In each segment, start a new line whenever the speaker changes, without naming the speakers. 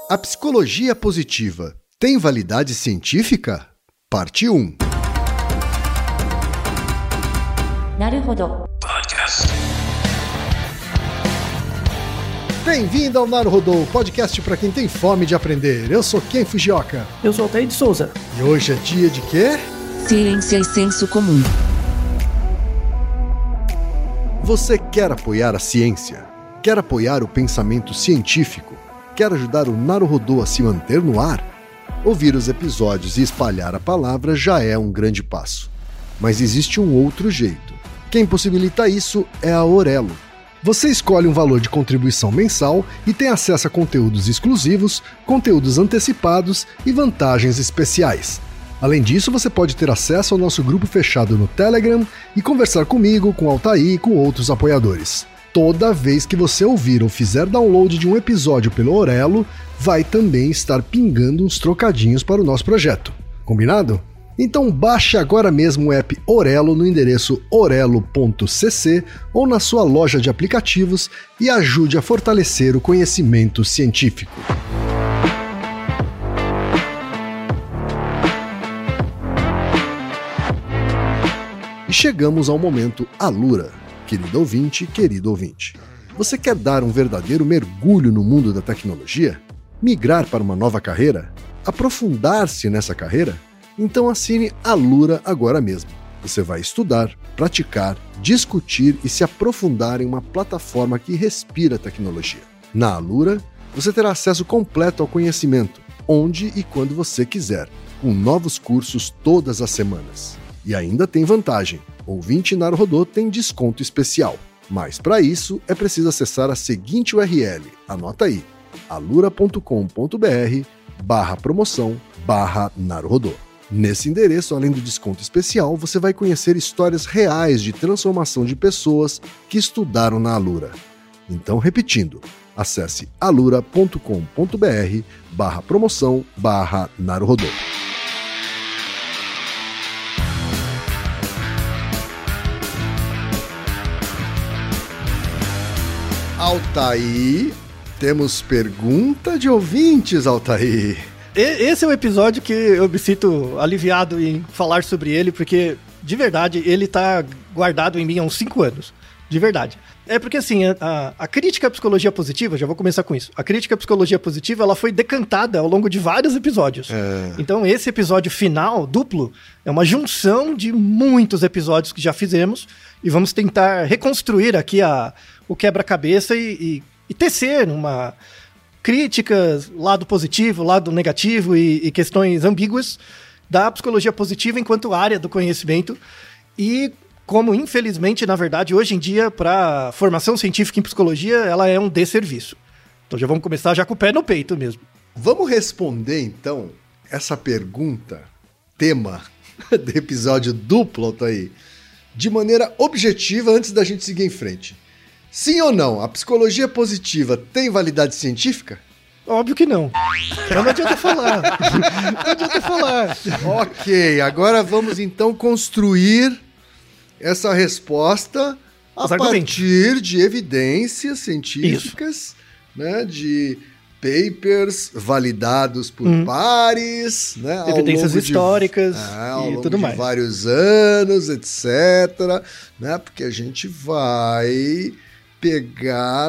A psicologia positiva tem validade científica? Parte 1.
Naruhodo.
Bem-vindo ao Naruhodo, podcast para quem tem fome de aprender. Eu sou Ken Fujioka.
Eu sou Altair de Souza.
E hoje é dia de quê?
Ciência e senso comum.
Você quer apoiar a ciência? Quer apoiar o pensamento científico? Quer ajudar o Naruhodo a se manter no ar? Ouvir os episódios e espalhar a palavra já é um grande passo. Mas existe um outro jeito. Quem possibilita isso é a Orelo. Você escolhe um valor de contribuição mensal e tem acesso a conteúdos exclusivos, conteúdos antecipados e vantagens especiais. Além disso, você pode ter acesso ao nosso grupo fechado no Telegram e conversar comigo, com Altair e com outros apoiadores. Toda vez que você ouvir ou fizer download de um episódio pelo Orelo, vai também estar pingando uns trocadinhos para o nosso projeto. Combinado? Então baixe agora mesmo o app Orelo no endereço orelo.cc ou na sua loja de aplicativos e ajude a fortalecer o conhecimento científico. E chegamos ao momento Alura. Querido ouvinte, querido ouvinte. Você quer dar um verdadeiro mergulho no mundo da tecnologia? Migrar para uma nova carreira? Aprofundar-se nessa carreira? Então assine Alura agora mesmo. Você vai estudar, praticar, discutir e se aprofundar em uma plataforma que respira tecnologia. Na Alura, você terá acesso completo ao conhecimento, onde e quando você quiser, com novos cursos todas as semanas. E ainda tem vantagem. Ouvinte Naruhodo tem desconto especial. Mas para isso é preciso acessar a seguinte URL. Anota aí. alura.com.br/promoção/Naruhodo. Nesse endereço, além do desconto especial, você vai conhecer histórias reais de transformação de pessoas que estudaram na Alura. Então, repetindo, acesse alura.com.br/promoção/Naruhodo. Altair, temos pergunta de ouvintes, Altair.
Esse é o episódio que eu me sinto aliviado em falar sobre ele, porque, de verdade, ele tá guardado em mim há uns 5 anos. De verdade. É porque, assim, a crítica à psicologia positiva, já vou começar com isso, a crítica à psicologia positiva, ela foi decantada ao longo de vários episódios. Então, esse episódio final, duplo, é uma junção de muitos episódios que já fizemos, e vamos tentar reconstruir aqui o quebra-cabeça e tecer uma crítica, lado positivo, lado negativo e questões ambíguas da psicologia positiva enquanto área do conhecimento. E como, infelizmente, na verdade, hoje em dia, para formação científica em psicologia, ela é um desserviço. Então já vamos começar já com o pé no peito mesmo.
Vamos responder, então, essa pergunta, tema do episódio duplo, Altair, de maneira objetiva antes da gente seguir em frente. Sim ou não? A psicologia positiva tem validade científica?
Óbvio que não. Não adianta falar. Não adianta falar.
Ok, agora vamos então construir essa resposta a partir de evidências científicas, né, de papers validados por pares, né,
evidências históricas
ao longo
tudo
de
mais.
Vários anos, etc. Né, porque a gente vai pegar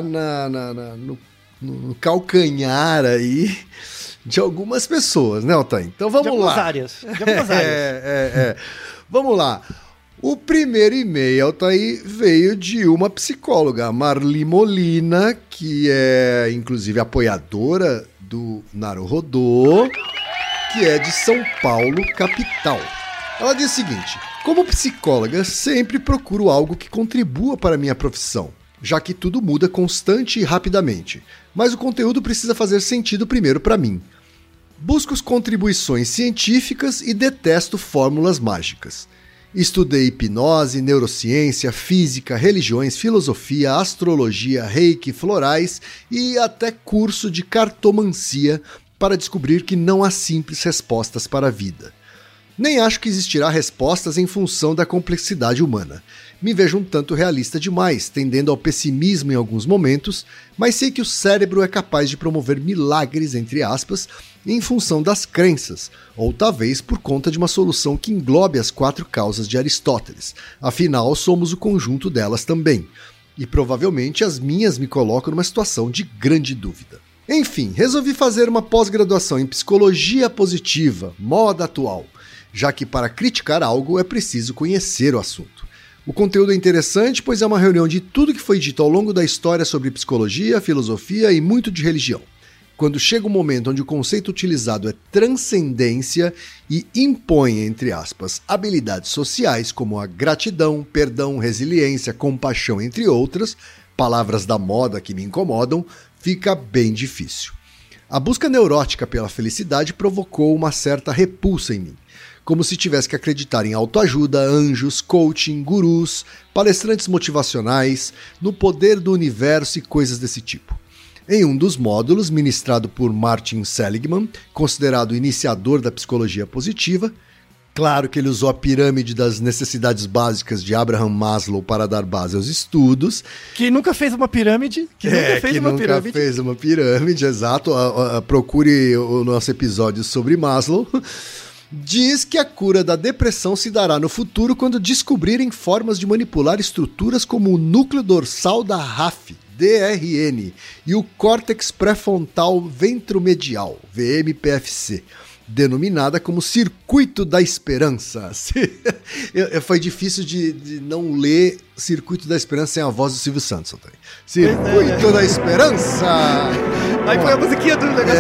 no calcanhar aí de algumas pessoas, né, Altair? Então vamos lá.
De algumas áreas.
Vamos lá. O primeiro e-mail, Altair, veio de uma psicóloga, a Marli Molina, que é, inclusive, apoiadora do Naruhodo, que é de São Paulo, capital. Ela diz o seguinte: como psicóloga, sempre procuro algo que contribua para a minha profissão, já que tudo muda constante e rapidamente. Mas o conteúdo precisa fazer sentido primeiro para mim. Busco contribuições científicas e detesto fórmulas mágicas. Estudei hipnose, neurociência, física, religiões, filosofia, astrologia, reiki, florais e até curso de cartomancia para descobrir que não há simples respostas para a vida. Nem acho que existirá respostas em função da complexidade humana. Me vejo um tanto realista demais, tendendo ao pessimismo em alguns momentos, mas sei que o cérebro é capaz de promover milagres, entre aspas, em função das crenças, ou talvez por conta de uma solução que englobe as 4 causas de Aristóteles. Afinal, somos o conjunto delas também. E provavelmente as minhas me colocam numa situação de grande dúvida. Enfim, resolvi fazer uma pós-graduação em Psicologia Positiva, moda atual, já que para criticar algo é preciso conhecer o assunto. O conteúdo é interessante, pois é uma reunião de tudo que foi dito ao longo da história sobre psicologia, filosofia e muito de religião. Quando chega um momento onde o conceito utilizado é transcendência e impõe, entre aspas, habilidades sociais como a gratidão, perdão, resiliência, compaixão, entre outras, palavras da moda que me incomodam, fica bem difícil. A busca neurótica pela felicidade provocou uma certa repulsa em mim, como se tivesse que acreditar em autoajuda, anjos, coaching, gurus, palestrantes motivacionais, no poder do universo e coisas desse tipo. Em um dos módulos, ministrado por Martin Seligman, considerado o iniciador da psicologia positiva, claro que ele usou a pirâmide das necessidades básicas de Abraham Maslow para dar base aos estudos.
Que nunca fez uma pirâmide.
Nunca fez uma pirâmide, exato. Procure o nosso episódio sobre Maslow. Diz que a cura da depressão se dará no futuro quando descobrirem formas de manipular estruturas como o núcleo dorsal da RAF, DRN, e o córtex pré-frontal ventromedial, VMPFC, denominada como Circuito da Esperança. Foi difícil de não ler Circuito da Esperança sem a voz do Silvio Santos. Circuito da Esperança!
Aí foi a musiquinha do negócio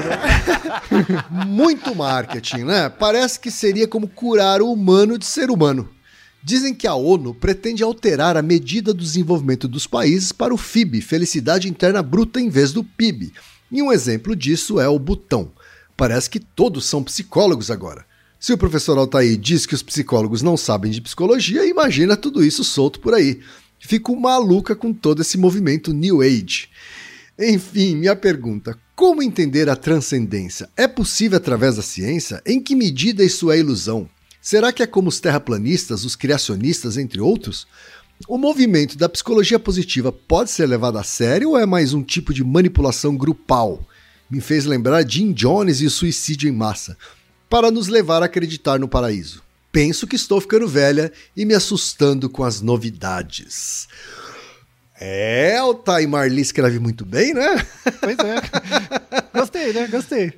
girando.
Muito marketing, né? Parece que seria como curar o humano de ser humano. Dizem que a ONU pretende alterar a medida do desenvolvimento dos países para o FIB, Felicidade Interna Bruta, em vez do PIB. E um exemplo disso é o Butão. Parece que todos são psicólogos agora. Se o professor Altair diz que os psicólogos não sabem de psicologia, imagina tudo isso solto por aí. Fico maluca com todo esse movimento New Age. Enfim, minha pergunta: como entender a transcendência? É possível através da ciência? Em que medida isso é ilusão? Será que é como os terraplanistas, os criacionistas, entre outros? O movimento da psicologia positiva pode ser levado a sério ou é mais um tipo de manipulação grupal? Me fez lembrar Jim Jones e o suicídio em massa, para nos levar a acreditar no paraíso. Penso que estou ficando velha e me assustando com as novidades. Altair Marli escreve muito bem, né?
Pois é. Gostei, né? Gostei.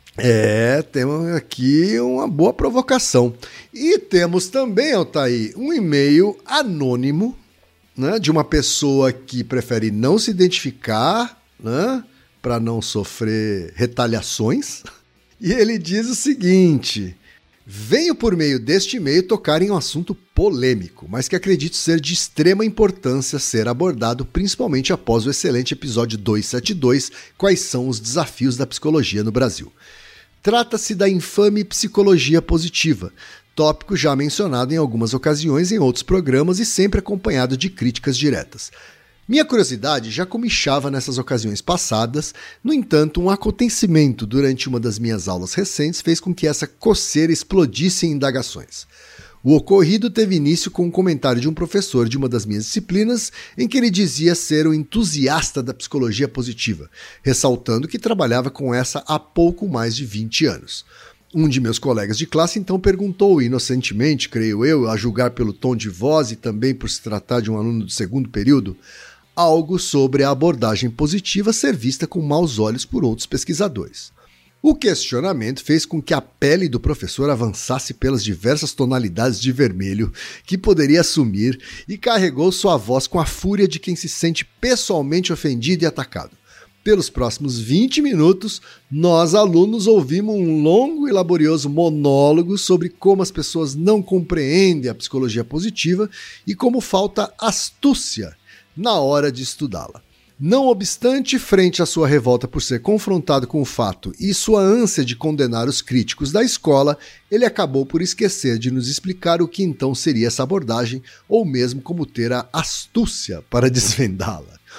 Temos aqui uma boa provocação. E temos também, Altair, um e-mail anônimo, né, de uma pessoa que prefere não se identificar, né, para não sofrer retaliações. E ele diz o seguinte: venho por meio deste e-mail tocar em um assunto polêmico, mas que acredito ser de extrema importância ser abordado, principalmente após o excelente episódio 272, Quais são os desafios da psicologia no Brasil. Trata-se da infame psicologia positiva, tópico já mencionado em algumas ocasiões em outros programas e sempre acompanhado de críticas diretas. Minha curiosidade já comichava nessas ocasiões passadas, no entanto, um acontecimento durante uma das minhas aulas recentes fez com que essa coceira explodisse em indagações. O ocorrido teve início com um comentário de um professor de uma das minhas disciplinas, em que ele dizia ser um entusiasta da psicologia positiva, ressaltando que trabalhava com essa há pouco mais de 20 anos. Um de meus colegas de classe então perguntou inocentemente, creio eu, a julgar pelo tom de voz e também por se tratar de um aluno do segundo período, algo sobre a abordagem positiva ser vista com maus olhos por outros pesquisadores. O questionamento fez com que a pele do professor avançasse pelas diversas tonalidades de vermelho que poderia assumir e carregou sua voz com a fúria de quem se sente pessoalmente ofendido e atacado. Pelos próximos 20 minutos, nós, alunos, ouvimos um longo e laborioso monólogo sobre como as pessoas não compreendem a psicologia positiva e como falta astúcia na hora de estudá-la. Não obstante, frente à sua revolta por ser confrontado com o fato e sua ânsia de condenar os críticos da escola, ele acabou por esquecer de nos explicar o que então seria essa abordagem, ou mesmo como ter a astúcia para desvendá-la.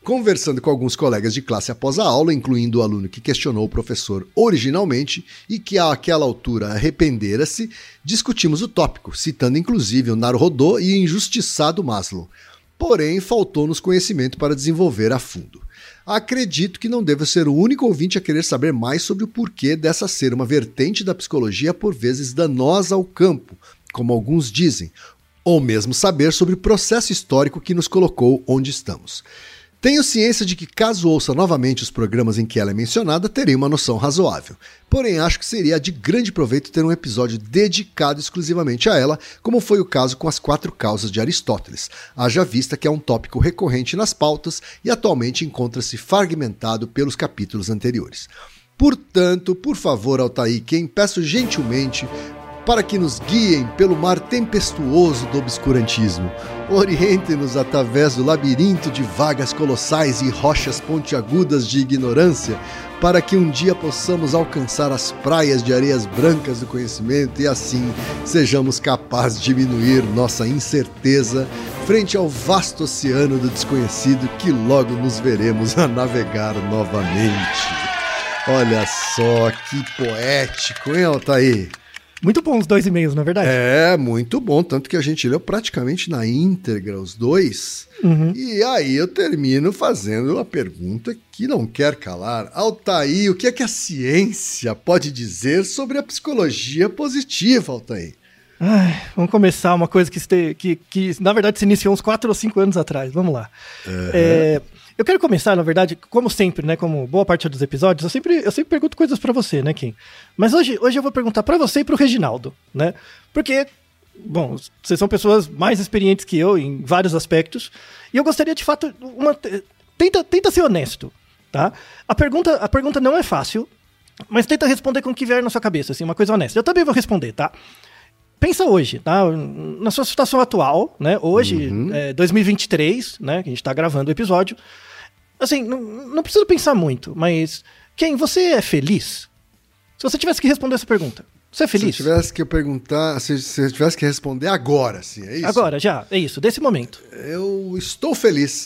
Conversando com alguns colegas de classe após a aula, incluindo o aluno que questionou o professor originalmente e que àquela altura arrependera-se, discutimos o tópico, citando inclusive o Naruhodô e o injustiçado Maslow. Porém, faltou-nos conhecimento para desenvolver a fundo. Acredito que não devo ser o único ouvinte a querer saber mais sobre o porquê dessa ser uma vertente da psicologia por vezes danosa ao campo, como alguns dizem, ou mesmo saber sobre o processo histórico que nos colocou onde estamos. Tenho ciência de que, caso ouça novamente os programas em que ela é mencionada, terei uma noção razoável. Porém, acho que seria de grande proveito ter um episódio dedicado exclusivamente a ela, como foi o caso com as 4 causas de Aristóteles, haja vista que é um tópico recorrente nas pautas e atualmente encontra-se fragmentado pelos capítulos anteriores. Portanto, por favor, Altair, quem peço gentilmente para que nos guiem pelo mar tempestuoso do obscurantismo. Orientem-nos através do labirinto de vagas colossais e rochas pontiagudas de ignorância, para que um dia possamos alcançar as praias de areias brancas do conhecimento e assim sejamos capazes de diminuir nossa incerteza frente ao vasto oceano do desconhecido que logo nos veremos a navegar novamente. Olha só que poético, hein, Altair?
Muito bom os 2 e-mails, na verdade.
É, muito bom, tanto que a gente leu praticamente na íntegra os 2. E aí eu termino fazendo uma pergunta que não quer calar. Altair, o que é que a ciência pode dizer sobre a psicologia positiva, Altair?
Vamos começar uma coisa que na verdade se iniciou uns 4 ou 5 anos atrás. Vamos lá. Eu quero começar, na verdade, como sempre, né, como boa parte dos episódios, eu sempre pergunto coisas pra você, né, Kim? Mas hoje eu vou perguntar pra você e pro Reginaldo, né? Porque, bom, vocês são pessoas mais experientes que eu em vários aspectos, e eu gostaria, de fato, tenta ser honesto, tá? A pergunta não é fácil, mas tenta responder com o que vier na sua cabeça, assim, uma coisa honesta. Eu também vou responder, tá? Pensa hoje, tá? Na sua situação atual, né? Hoje, 2023, né? Que a gente tá gravando o episódio. Assim, não precisa pensar muito, mas... Quem, você é feliz? Se você tivesse que responder essa pergunta, você é feliz?
Se eu tivesse que perguntar, se eu tivesse que responder agora, assim, é isso?
Agora, já, é isso, desse momento.
Eu estou feliz.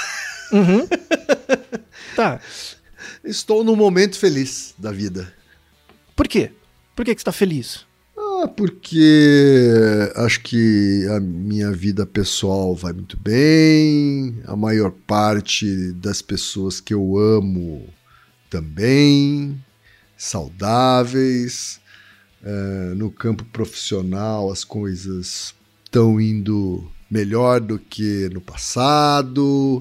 Tá.
Estou num momento feliz da vida.
Por quê? Por que você está feliz?
Porque acho que a minha vida pessoal vai muito bem, a maior parte das pessoas que eu amo também, saudáveis. No campo profissional as coisas estão indo melhor do que no passado.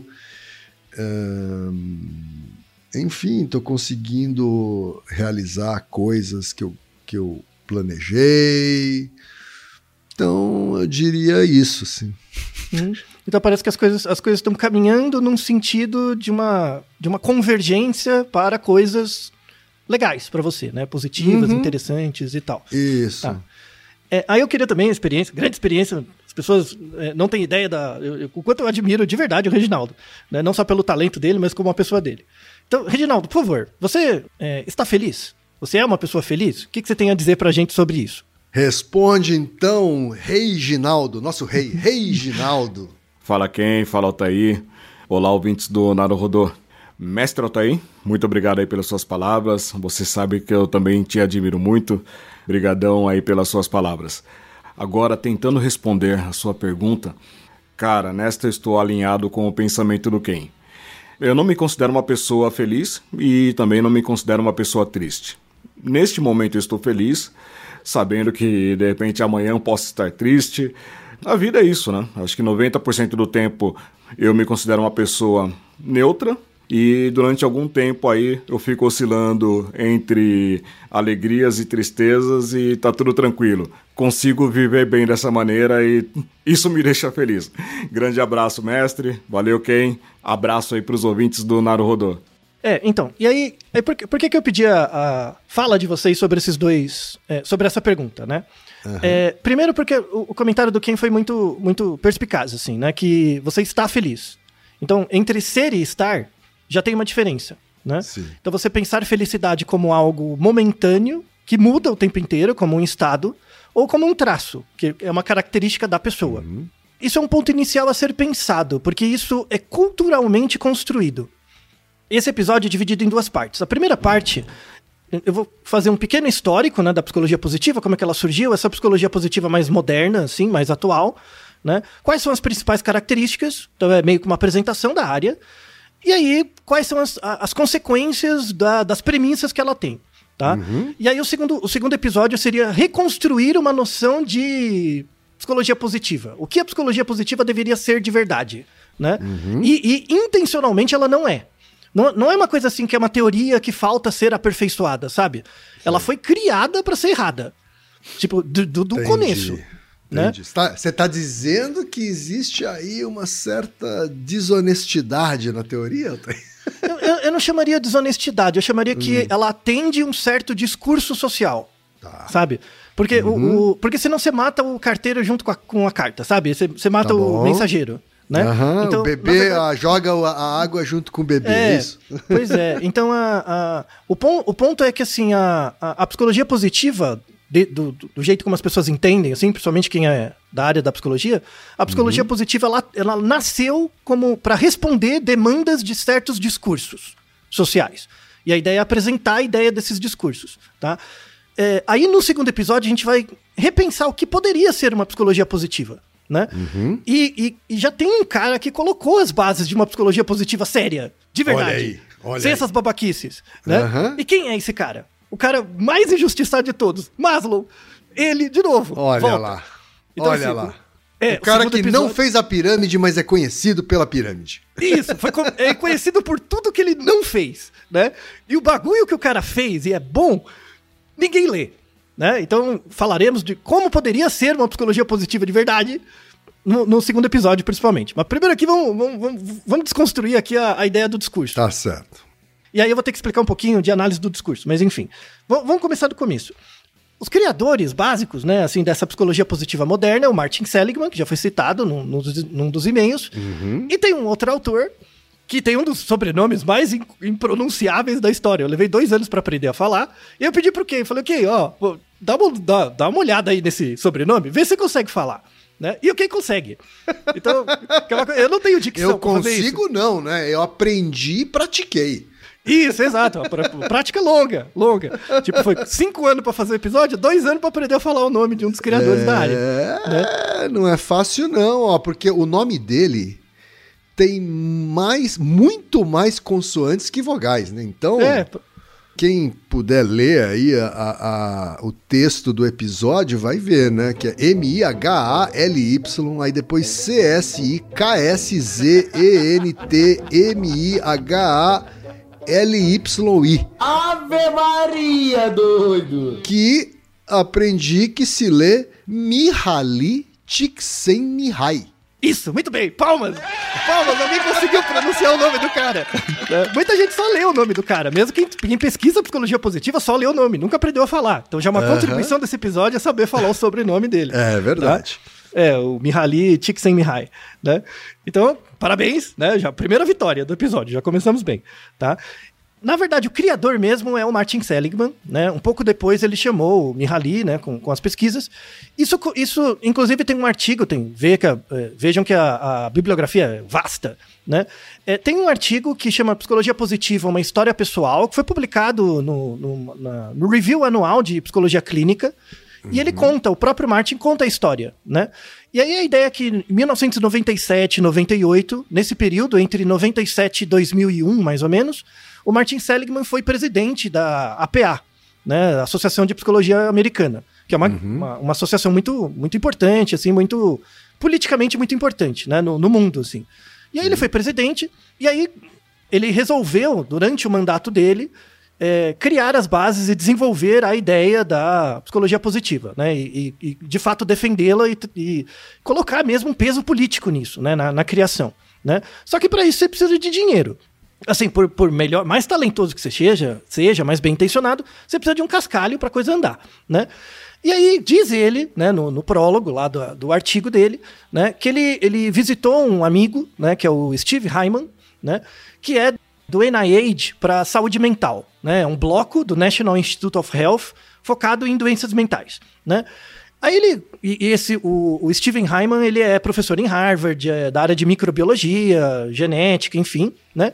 Enfim, estou conseguindo realizar coisas que eu planejei. Então, eu diria isso, sim.
Então parece que as coisas estão caminhando num sentido de uma convergência para coisas legais para você, né? Positivas, interessantes e tal.
Isso.
Tá. Aí eu queria também grande experiência, as pessoas não têm ideia o quanto eu admiro de verdade o Reginaldo, né? Não só pelo talento dele, mas como a pessoa dele. Então, Reginaldo, por favor, você está feliz? Você é uma pessoa feliz? O que você tem a dizer pra gente sobre isso?
Responde então, Reginaldo, nosso rei, Reginaldo.
Fala quem? Fala Altair. Olá, ouvintes do Naruhodô. Mestre Altair, muito obrigado aí pelas suas palavras. Você sabe que eu também te admiro muito. Brigadão aí pelas suas palavras. Agora, tentando responder a sua pergunta, cara, nesta eu estou alinhado com o pensamento do Ken. Eu não me considero uma pessoa feliz e também não me considero uma pessoa triste. Neste momento eu estou feliz, sabendo que de repente amanhã eu posso estar triste. A vida é isso, né? Acho que 90% do tempo eu me considero uma pessoa neutra e durante algum tempo aí eu fico oscilando entre alegrias e tristezas e tá tudo tranquilo. Consigo viver bem dessa maneira e isso me deixa feliz. Grande abraço, mestre. Valeu, Ken. Abraço aí pros ouvintes do Naruhodô.
Então, e aí por que eu pedi a fala de vocês sobre esses dois, sobre essa pergunta, né? Primeiro porque o comentário do Ken foi muito, muito perspicaz, assim, né? Que você está feliz. Então, entre ser e estar, já tem uma diferença, né?
Sim.
Então, você pensar felicidade como algo momentâneo, que muda o tempo inteiro, como um estado, ou como um traço, que é uma característica da pessoa. isso é um ponto inicial a ser pensado, porque isso é culturalmente construído. Esse episódio é dividido em 2 partes. A primeira parte, eu vou fazer um pequeno histórico, né, da psicologia positiva, como é que ela surgiu, essa psicologia positiva mais moderna, assim, mais atual, né? Quais são as principais características, então é meio que uma apresentação da área, e aí quais são as consequências das premissas que ela tem, tá? E aí o segundo episódio seria reconstruir uma noção de psicologia positiva. O que a psicologia positiva deveria ser de verdade, né? E intencionalmente ela não é. Não é uma coisa assim que é uma teoria que falta ser aperfeiçoada, sabe? Ela foi criada para ser errada. Tipo, do começo. Né?
Você tá dizendo que existe aí uma certa desonestidade na teoria?
Eu não chamaria desonestidade, eu chamaria que ela atende um certo discurso social, sabe? Porque, porque senão você mata o carteiro junto com a carta, sabe? Você mata o mensageiro. Né?
Então, o bebê verdade, joga a água junto com o bebê, é isso?
Pois é, então o ponto é que assim, a psicologia positiva, do jeito como as pessoas entendem, assim, principalmente quem é da área da psicologia, a psicologia positiva ela nasceu como para responder demandas de certos discursos sociais. E a ideia é apresentar a ideia desses discursos, tá? Aí no segundo episódio a gente vai repensar o que poderia ser uma psicologia positiva. Né? E já tem um cara que colocou as bases de uma psicologia positiva séria, de verdade, sem essas babaquices, né? E quem é esse cara? O cara mais injustiçado de todos, Maslow. Ele, de novo, volta.
Lá,
então,
olha lá. O cara que não fez a pirâmide, mas é conhecido pela pirâmide.
Isso, é conhecido por tudo que ele não fez, né? E o bagulho que o cara fez, e é bom, ninguém lê. Né? Então falaremos de como poderia ser uma psicologia positiva de verdade no segundo episódio, principalmente. Mas primeiro aqui vamos desconstruir aqui a ideia do discurso.
Tá certo.
E aí eu vou ter que explicar um pouquinho de análise do discurso, mas enfim. Vamos começar do começo. Os criadores básicos, né, assim, dessa psicologia positiva moderna é o Martin Seligman, que já foi citado num dos e-mails, e tem um outro autor que tem um dos sobrenomes mais impronunciáveis da história. Eu levei 2 anos pra aprender a falar. E eu pedi pro Kay, falei, Kay, dá uma olhada aí nesse sobrenome, vê se você consegue falar. Né? E o Kay consegue. Então, eu não tenho dicção.
Eu consigo não, né? Eu aprendi e pratiquei.
Isso, exato. Prática longa. Tipo, foi 5 anos pra fazer o episódio, 2 anos pra aprender a falar o nome de um dos criadores da área. Né?
Não é fácil não, porque o nome dele tem muito mais consoantes que vogais, né? Então, quem puder ler aí o texto do episódio vai ver, né? Que é M-I-H-A-L-Y, aí depois C-S-I-K-S-Z-E-N-T-M-I-H-A-L-Y-I.
Ave Maria, doido!
Que aprendi que se lê Mihaly Csikszentmihalyi.
Isso, muito bem, palmas, alguém conseguiu pronunciar o nome do cara. Muita gente só lê o nome do cara, mesmo quem pesquisa psicologia positiva só lê o nome, nunca aprendeu a falar. Então já uma contribuição desse episódio é saber falar o sobrenome dele.
É verdade.
Tá? O Mihaly Csikszentmihalyi, né? Então, parabéns, né? Já primeira vitória do episódio, já começamos bem, tá? Na verdade, o criador mesmo é o Martin Seligman, né? Um pouco depois ele chamou o Mihaly, né, com as pesquisas. Isso, inclusive, tem um artigo, vejam que a bibliografia é vasta, né? Tem um artigo que chama Psicologia Positiva, uma história pessoal, que foi publicado no Review Anual de Psicologia Clínica, e ele o próprio Martin conta a história, né? E aí a ideia é que em 1997 e 98, nesse período, entre 97 e 2001, mais ou menos, o Martin Seligman foi presidente da APA, né, Associação de Psicologia Americana, que é uma associação muito, muito importante, assim, muito politicamente muito importante, né, no mundo, assim. E aí ele foi presidente, e aí ele resolveu, durante o mandato dele, criar as bases e desenvolver a ideia da psicologia positiva, né, e de fato defendê-la e colocar mesmo um peso político nisso, né, na criação, né. Só que para isso você precisa de dinheiro. Assim, por melhor, mais talentoso que você seja mais bem intencionado, você precisa de um cascalho para a coisa andar, né? E aí diz ele, né, no prólogo lá do artigo dele, né, que ele visitou um amigo, né, que é o Steve Hyman, né, que é do NIH para saúde mental, né, um bloco do National Institute of Health focado em doenças mentais, né? Aí o Steven Hyman, ele é professor em Harvard, da área de microbiologia, genética, enfim, né?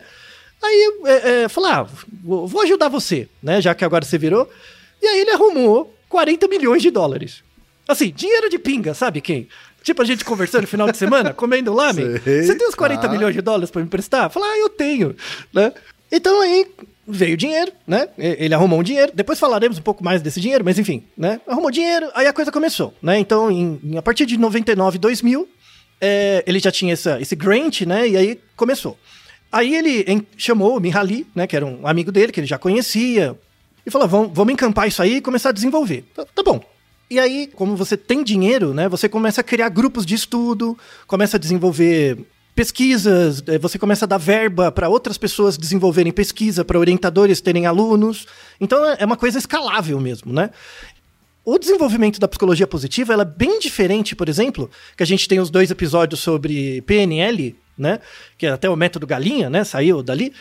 Aí falou, vou ajudar você, né? Já que agora você virou. E aí ele arrumou $40 milhões. Assim, dinheiro de pinga, sabe quem? Tipo a gente conversando no final de semana, comendo lamen. Você tem uns $40 milhões pra me emprestar? Fala, eu tenho, né? Então aí veio o dinheiro, né? Ele arrumou um dinheiro. Depois falaremos um pouco mais desse dinheiro, mas enfim, né? Arrumou dinheiro, aí a coisa começou, né? Então, a partir de 99, 2000, ele já tinha esse grant, né? E aí começou. Aí ele chamou o Mihaly, né? Que era um amigo dele, que ele já conhecia, e falou, vamos encampar isso aí e começar a desenvolver. Tá bom. E aí, como você tem dinheiro, né? Você começa a criar grupos de estudo, começa a desenvolver pesquisas, você começa a dar verba para outras pessoas desenvolverem pesquisa, para orientadores terem alunos. Então é uma coisa escalável mesmo, né? O desenvolvimento da psicologia positiva ela é bem diferente, por exemplo, que a gente tem os 2 episódios sobre PNL, né? Que é até o método Galinha, né? Saiu dali.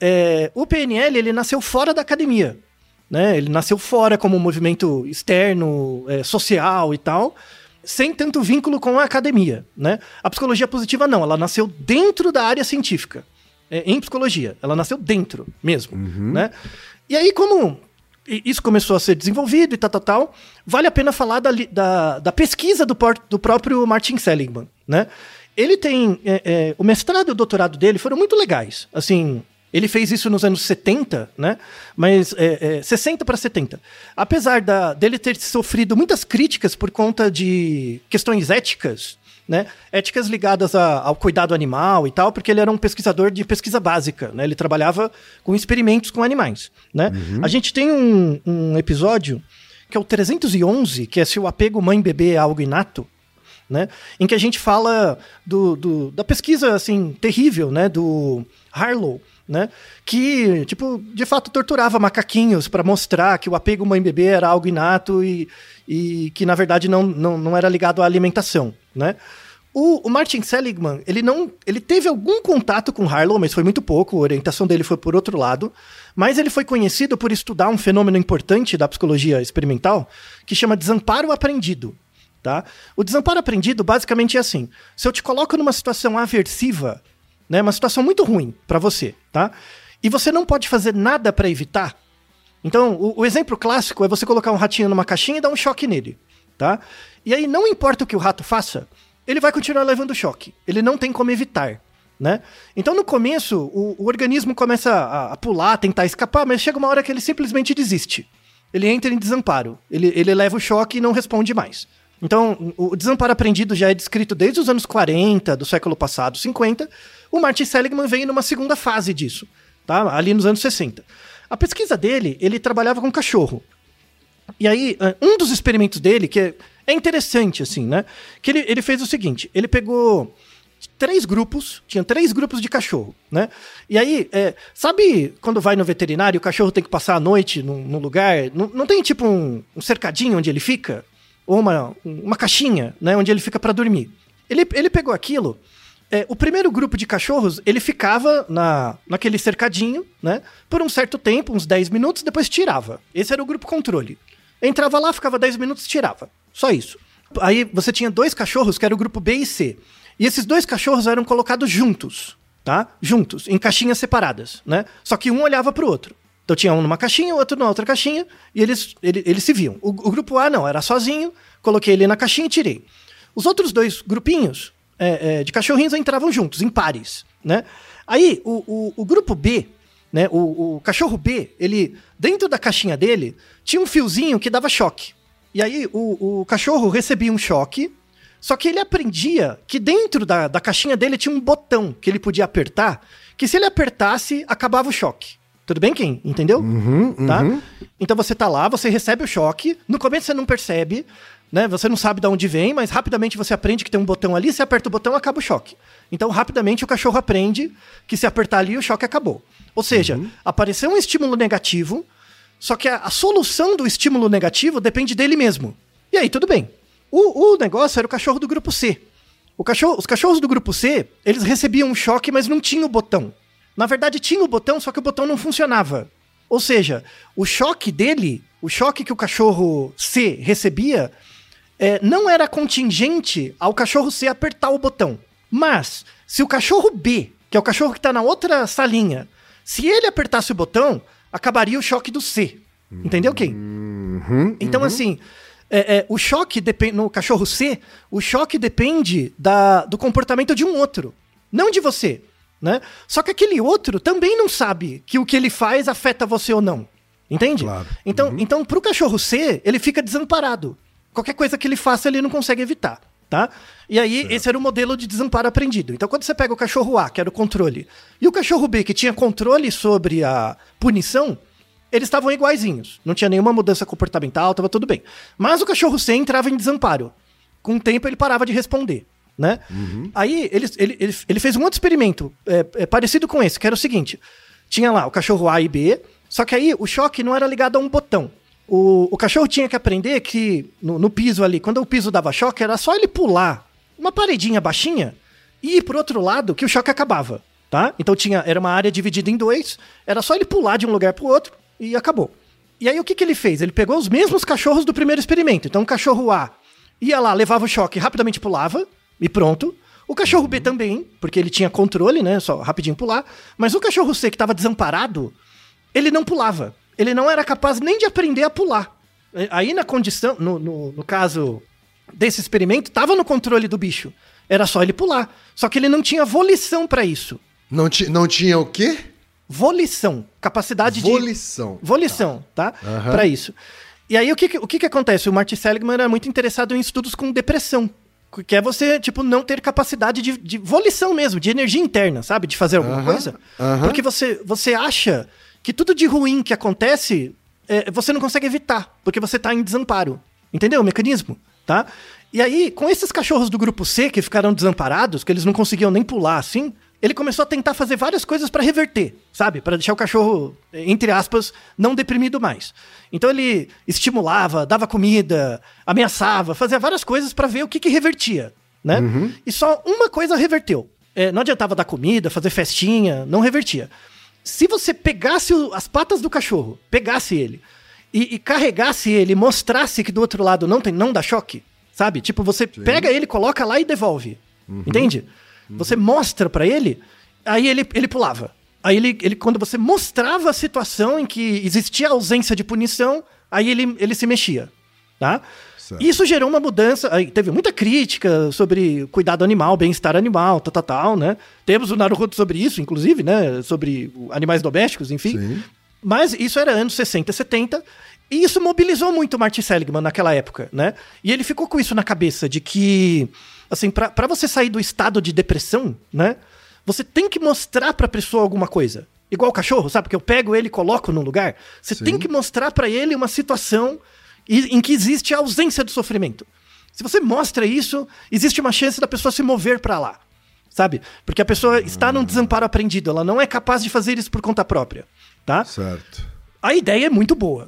O PNL ele nasceu fora da academia, né? Ele nasceu fora como um movimento externo, social e tal, sem tanto vínculo com a academia, né? A psicologia positiva não, ela nasceu dentro da área científica, em psicologia, ela nasceu dentro mesmo, né? E aí como isso começou a ser desenvolvido e tal, vale a pena falar da pesquisa do próprio Martin Seligman, né? Ele tem, o mestrado e o doutorado dele foram muito legais, assim. Ele fez isso nos anos 70, né? Mas 60 para 70. Apesar dele ter sofrido muitas críticas por conta de questões éticas, né? Éticas ligadas ao cuidado animal e tal, porque ele era um pesquisador de pesquisa básica, né? Ele trabalhava com experimentos com animais, né? A gente tem um episódio que é o 311, que é se o apego mãe-bebê é algo inato, né? Em que a gente fala da pesquisa, assim, terrível, né? Do Harlow, né? Que, tipo, de fato torturava macaquinhos para mostrar que o apego mãe-bebê era algo inato e que, na verdade, não era ligado à alimentação, né? O Martin Seligman, ele teve algum contato com Harlow, mas foi muito pouco, a orientação dele foi por outro lado, mas ele foi conhecido por estudar um fenômeno importante da psicologia experimental que chama desamparo aprendido, tá? O desamparo aprendido basicamente é assim, se eu te coloco numa situação aversiva, né, uma situação muito ruim para você, tá? E você não pode fazer nada para evitar. Então, o exemplo clássico é você colocar um ratinho numa caixinha e dar um choque nele, tá? E aí, não importa o que o rato faça, ele vai continuar levando choque. Ele não tem como evitar, né? Então, no começo, o organismo começa a pular, tentar escapar, mas chega uma hora que ele simplesmente desiste. Ele entra em desamparo. Ele leva o choque e não responde mais. Então, o desamparo aprendido já é descrito desde os anos 40, do século passado, 50. O Martin Seligman veio numa segunda fase disso, tá? Ali nos anos 60. A pesquisa dele, ele trabalhava com cachorro. E aí, um dos experimentos dele, que é interessante, assim, né? Que ele fez o seguinte, ele pegou 3 grupos, tinha 3 grupos de cachorro, né? E aí, sabe quando vai no veterinário, o cachorro tem que passar a noite num lugar, não tem tipo um cercadinho onde ele fica? Ou uma caixinha, né, onde ele fica para dormir. Ele pegou aquilo, o primeiro grupo de cachorros, ele ficava naquele cercadinho, né, por um certo tempo, uns 10 minutos, depois tirava. Esse era o grupo controle. Entrava lá, ficava 10 minutos, tirava. Só isso. Aí você tinha 2 cachorros, que era o grupo B e C. E esses 2 cachorros eram colocados juntos, tá? Juntos, em caixinhas separadas, né? Só que um olhava pro outro. Então tinha um numa caixinha, o outro na outra caixinha, e eles se viam. O grupo A não, era sozinho, coloquei ele na caixinha e tirei. Os outros 2 grupinhos de cachorrinhos entravam juntos, em pares, né? Aí, o grupo B, né, o cachorro B, ele, dentro da caixinha dele, tinha um fiozinho que dava choque. E aí, o cachorro recebia um choque, só que ele aprendia que dentro da caixinha dele tinha um botão que ele podia apertar, que se ele apertasse, acabava o choque. Tudo bem, Ken? Entendeu? Tá? Então você tá lá, você recebe o choque, no começo você não percebe, né? Você não sabe de onde vem, mas rapidamente você aprende que tem um botão ali, você aperta o botão, acaba o choque. Então rapidamente o cachorro aprende que se apertar ali, o choque acabou. Ou seja, apareceu um estímulo negativo, só que a solução do estímulo negativo depende dele mesmo. E aí, tudo bem. O negócio era o cachorro do grupo C. Os cachorros do grupo C, eles recebiam um choque, mas não tinham o botão. Na verdade, tinha o botão, só que o botão não funcionava. Ou seja, o choque dele, o choque que o cachorro C recebia, não era contingente ao cachorro C apertar o botão. Mas, se o cachorro B, que é o cachorro que tá na outra salinha, se ele apertasse o botão, acabaria o choque do C. Entendeu, Ken? Então, assim, o choque no cachorro C, o choque depende do comportamento de um outro, não de você, né? Só que aquele outro também não sabe que o que ele faz afeta você ou não. Entende?
Claro.
Então, pro cachorro C, ele fica desamparado. Qualquer coisa que ele faça, ele não consegue evitar, tá? E aí, esse era o modelo de desamparo aprendido. Então, quando você pega o cachorro A, que era o controle, e o cachorro B, que tinha controle sobre a punição, eles estavam iguaizinhos. Não tinha nenhuma mudança comportamental, estava tudo bem. Mas o cachorro C entrava em desamparo. Com o tempo, ele parava de responder, né? Aí, ele fez um outro experimento parecido com esse, que era o seguinte. Tinha lá o cachorro A e B, só que aí o choque não era ligado a um botão. O cachorro tinha que aprender que no piso ali, quando o piso dava choque, era só ele pular uma paredinha baixinha e ir pro outro lado que o choque acabava, tá? Então era uma área dividida em 2, era só ele pular de um lugar pro outro e acabou. E aí o que ele fez? Ele pegou os mesmos cachorros do primeiro experimento. Então o cachorro A ia lá, levava o choque, rapidamente pulava e pronto. O cachorro B também, porque ele tinha controle, né? Só rapidinho pular. Mas o cachorro C, que estava desamparado, ele não pulava. Ele não era capaz nem de aprender a pular. Aí na condição, no caso desse experimento, estava no controle do bicho. Era só ele pular. Só que ele não tinha volição para isso.
Não tinha o quê?
Volição. Capacidade
Volição.
de... Volição, tá? Para isso. E aí o que acontece? O Martin Seligman era muito interessado em estudos com depressão. Que é você, tipo, não ter capacidade de volição mesmo, de energia interna, sabe? De fazer alguma coisa. Porque você acha que tudo de ruim que acontece, você não consegue evitar, porque você tá em desamparo. Entendeu o mecanismo? Tá? E aí, com esses cachorros do grupo C, que ficaram desamparados, que eles não conseguiam nem pular assim, ele começou a tentar fazer várias coisas pra reverter, sabe? Pra deixar o cachorro, entre aspas, não deprimido mais. Então ele estimulava, dava comida, ameaçava, fazia várias coisas pra ver o que revertia, né? E só uma coisa reverteu. Não adiantava dar comida, fazer festinha, não revertia. Se você pegasse as patas do cachorro, pegasse ele e carregasse ele, mostrasse que do outro lado não dá choque, sabe? Tipo, você pega ele, coloca lá e devolve. Entende? Você mostra pra ele, aí ele pulava. Aí ele, quando você mostrava a situação em que existia ausência de punição, aí ele se mexia, tá? Certo. Isso gerou uma mudança, aí teve muita crítica sobre cuidado animal, bem-estar animal, tal, né? Temos o Naruhodo sobre isso, inclusive, né? Sobre animais domésticos, enfim. Sim. Mas isso era anos 60, 70, e isso mobilizou muito o Martin Seligman naquela época, né? E ele ficou com isso na cabeça, de que, assim, pra você sair do estado de depressão, né? Você tem que mostrar pra pessoa alguma coisa. Igual o cachorro, sabe? Que eu pego ele e coloco num lugar. Você tem que mostrar pra ele uma situação em que existe a ausência do sofrimento. Se você mostra isso, existe uma chance da pessoa se mover pra lá, sabe? Porque a pessoa está num desamparo aprendido, ela não é capaz de fazer isso por conta própria, tá?
Certo.
A ideia é muito boa.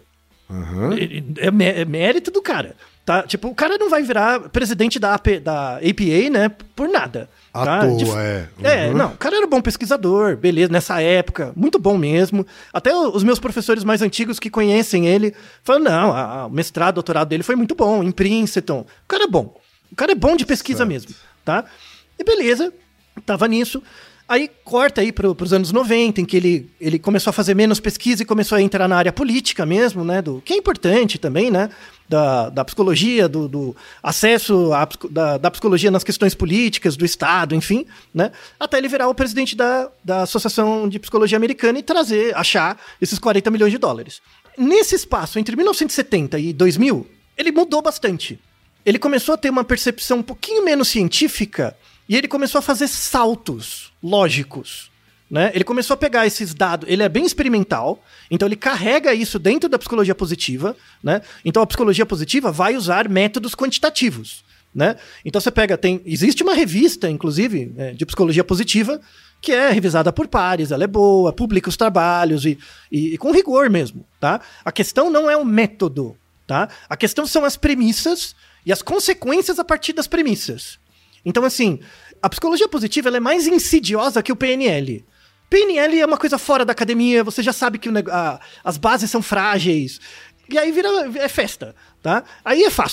É mérito do cara, tá? Tipo, o cara não vai virar presidente da APA, né, por nada. Tá?
À toa,
não, o cara era bom pesquisador, beleza, nessa época, muito bom mesmo. Até os meus professores mais antigos que conhecem ele falam, não, o mestrado, doutorado dele foi muito bom, em Princeton. O cara é bom. O cara é bom de pesquisa mesmo, tá? E beleza, tava nisso. Aí corta aí pros anos 90, em que ele começou a fazer menos pesquisa e começou a entrar na área política mesmo, né? Que é importante também, né? Da psicologia, do acesso da psicologia nas questões políticas, do Estado, enfim, né? Até ele virar o presidente da Associação de Psicologia Americana e achar esses 40 milhões de dólares. Nesse espaço, entre 1970 e 2000, ele mudou bastante. Ele começou a ter uma percepção um pouquinho menos científica. E ele começou a fazer saltos lógicos, né? Ele começou a pegar esses dados, ele é bem experimental, então ele carrega isso dentro da psicologia positiva, né? Então a psicologia positiva vai usar métodos quantitativos, né? Então você pega, existe uma revista, inclusive, de psicologia positiva, que é revisada por pares, ela é boa, publica os trabalhos e com rigor mesmo, tá? A questão não é o método, tá? A questão são as premissas e as consequências a partir das premissas. Então, assim, a psicologia positiva ela é mais insidiosa que o PNL. PNL é uma coisa fora da academia, você já sabe que as bases são frágeis, e aí é festa, tá? Aí é fácil.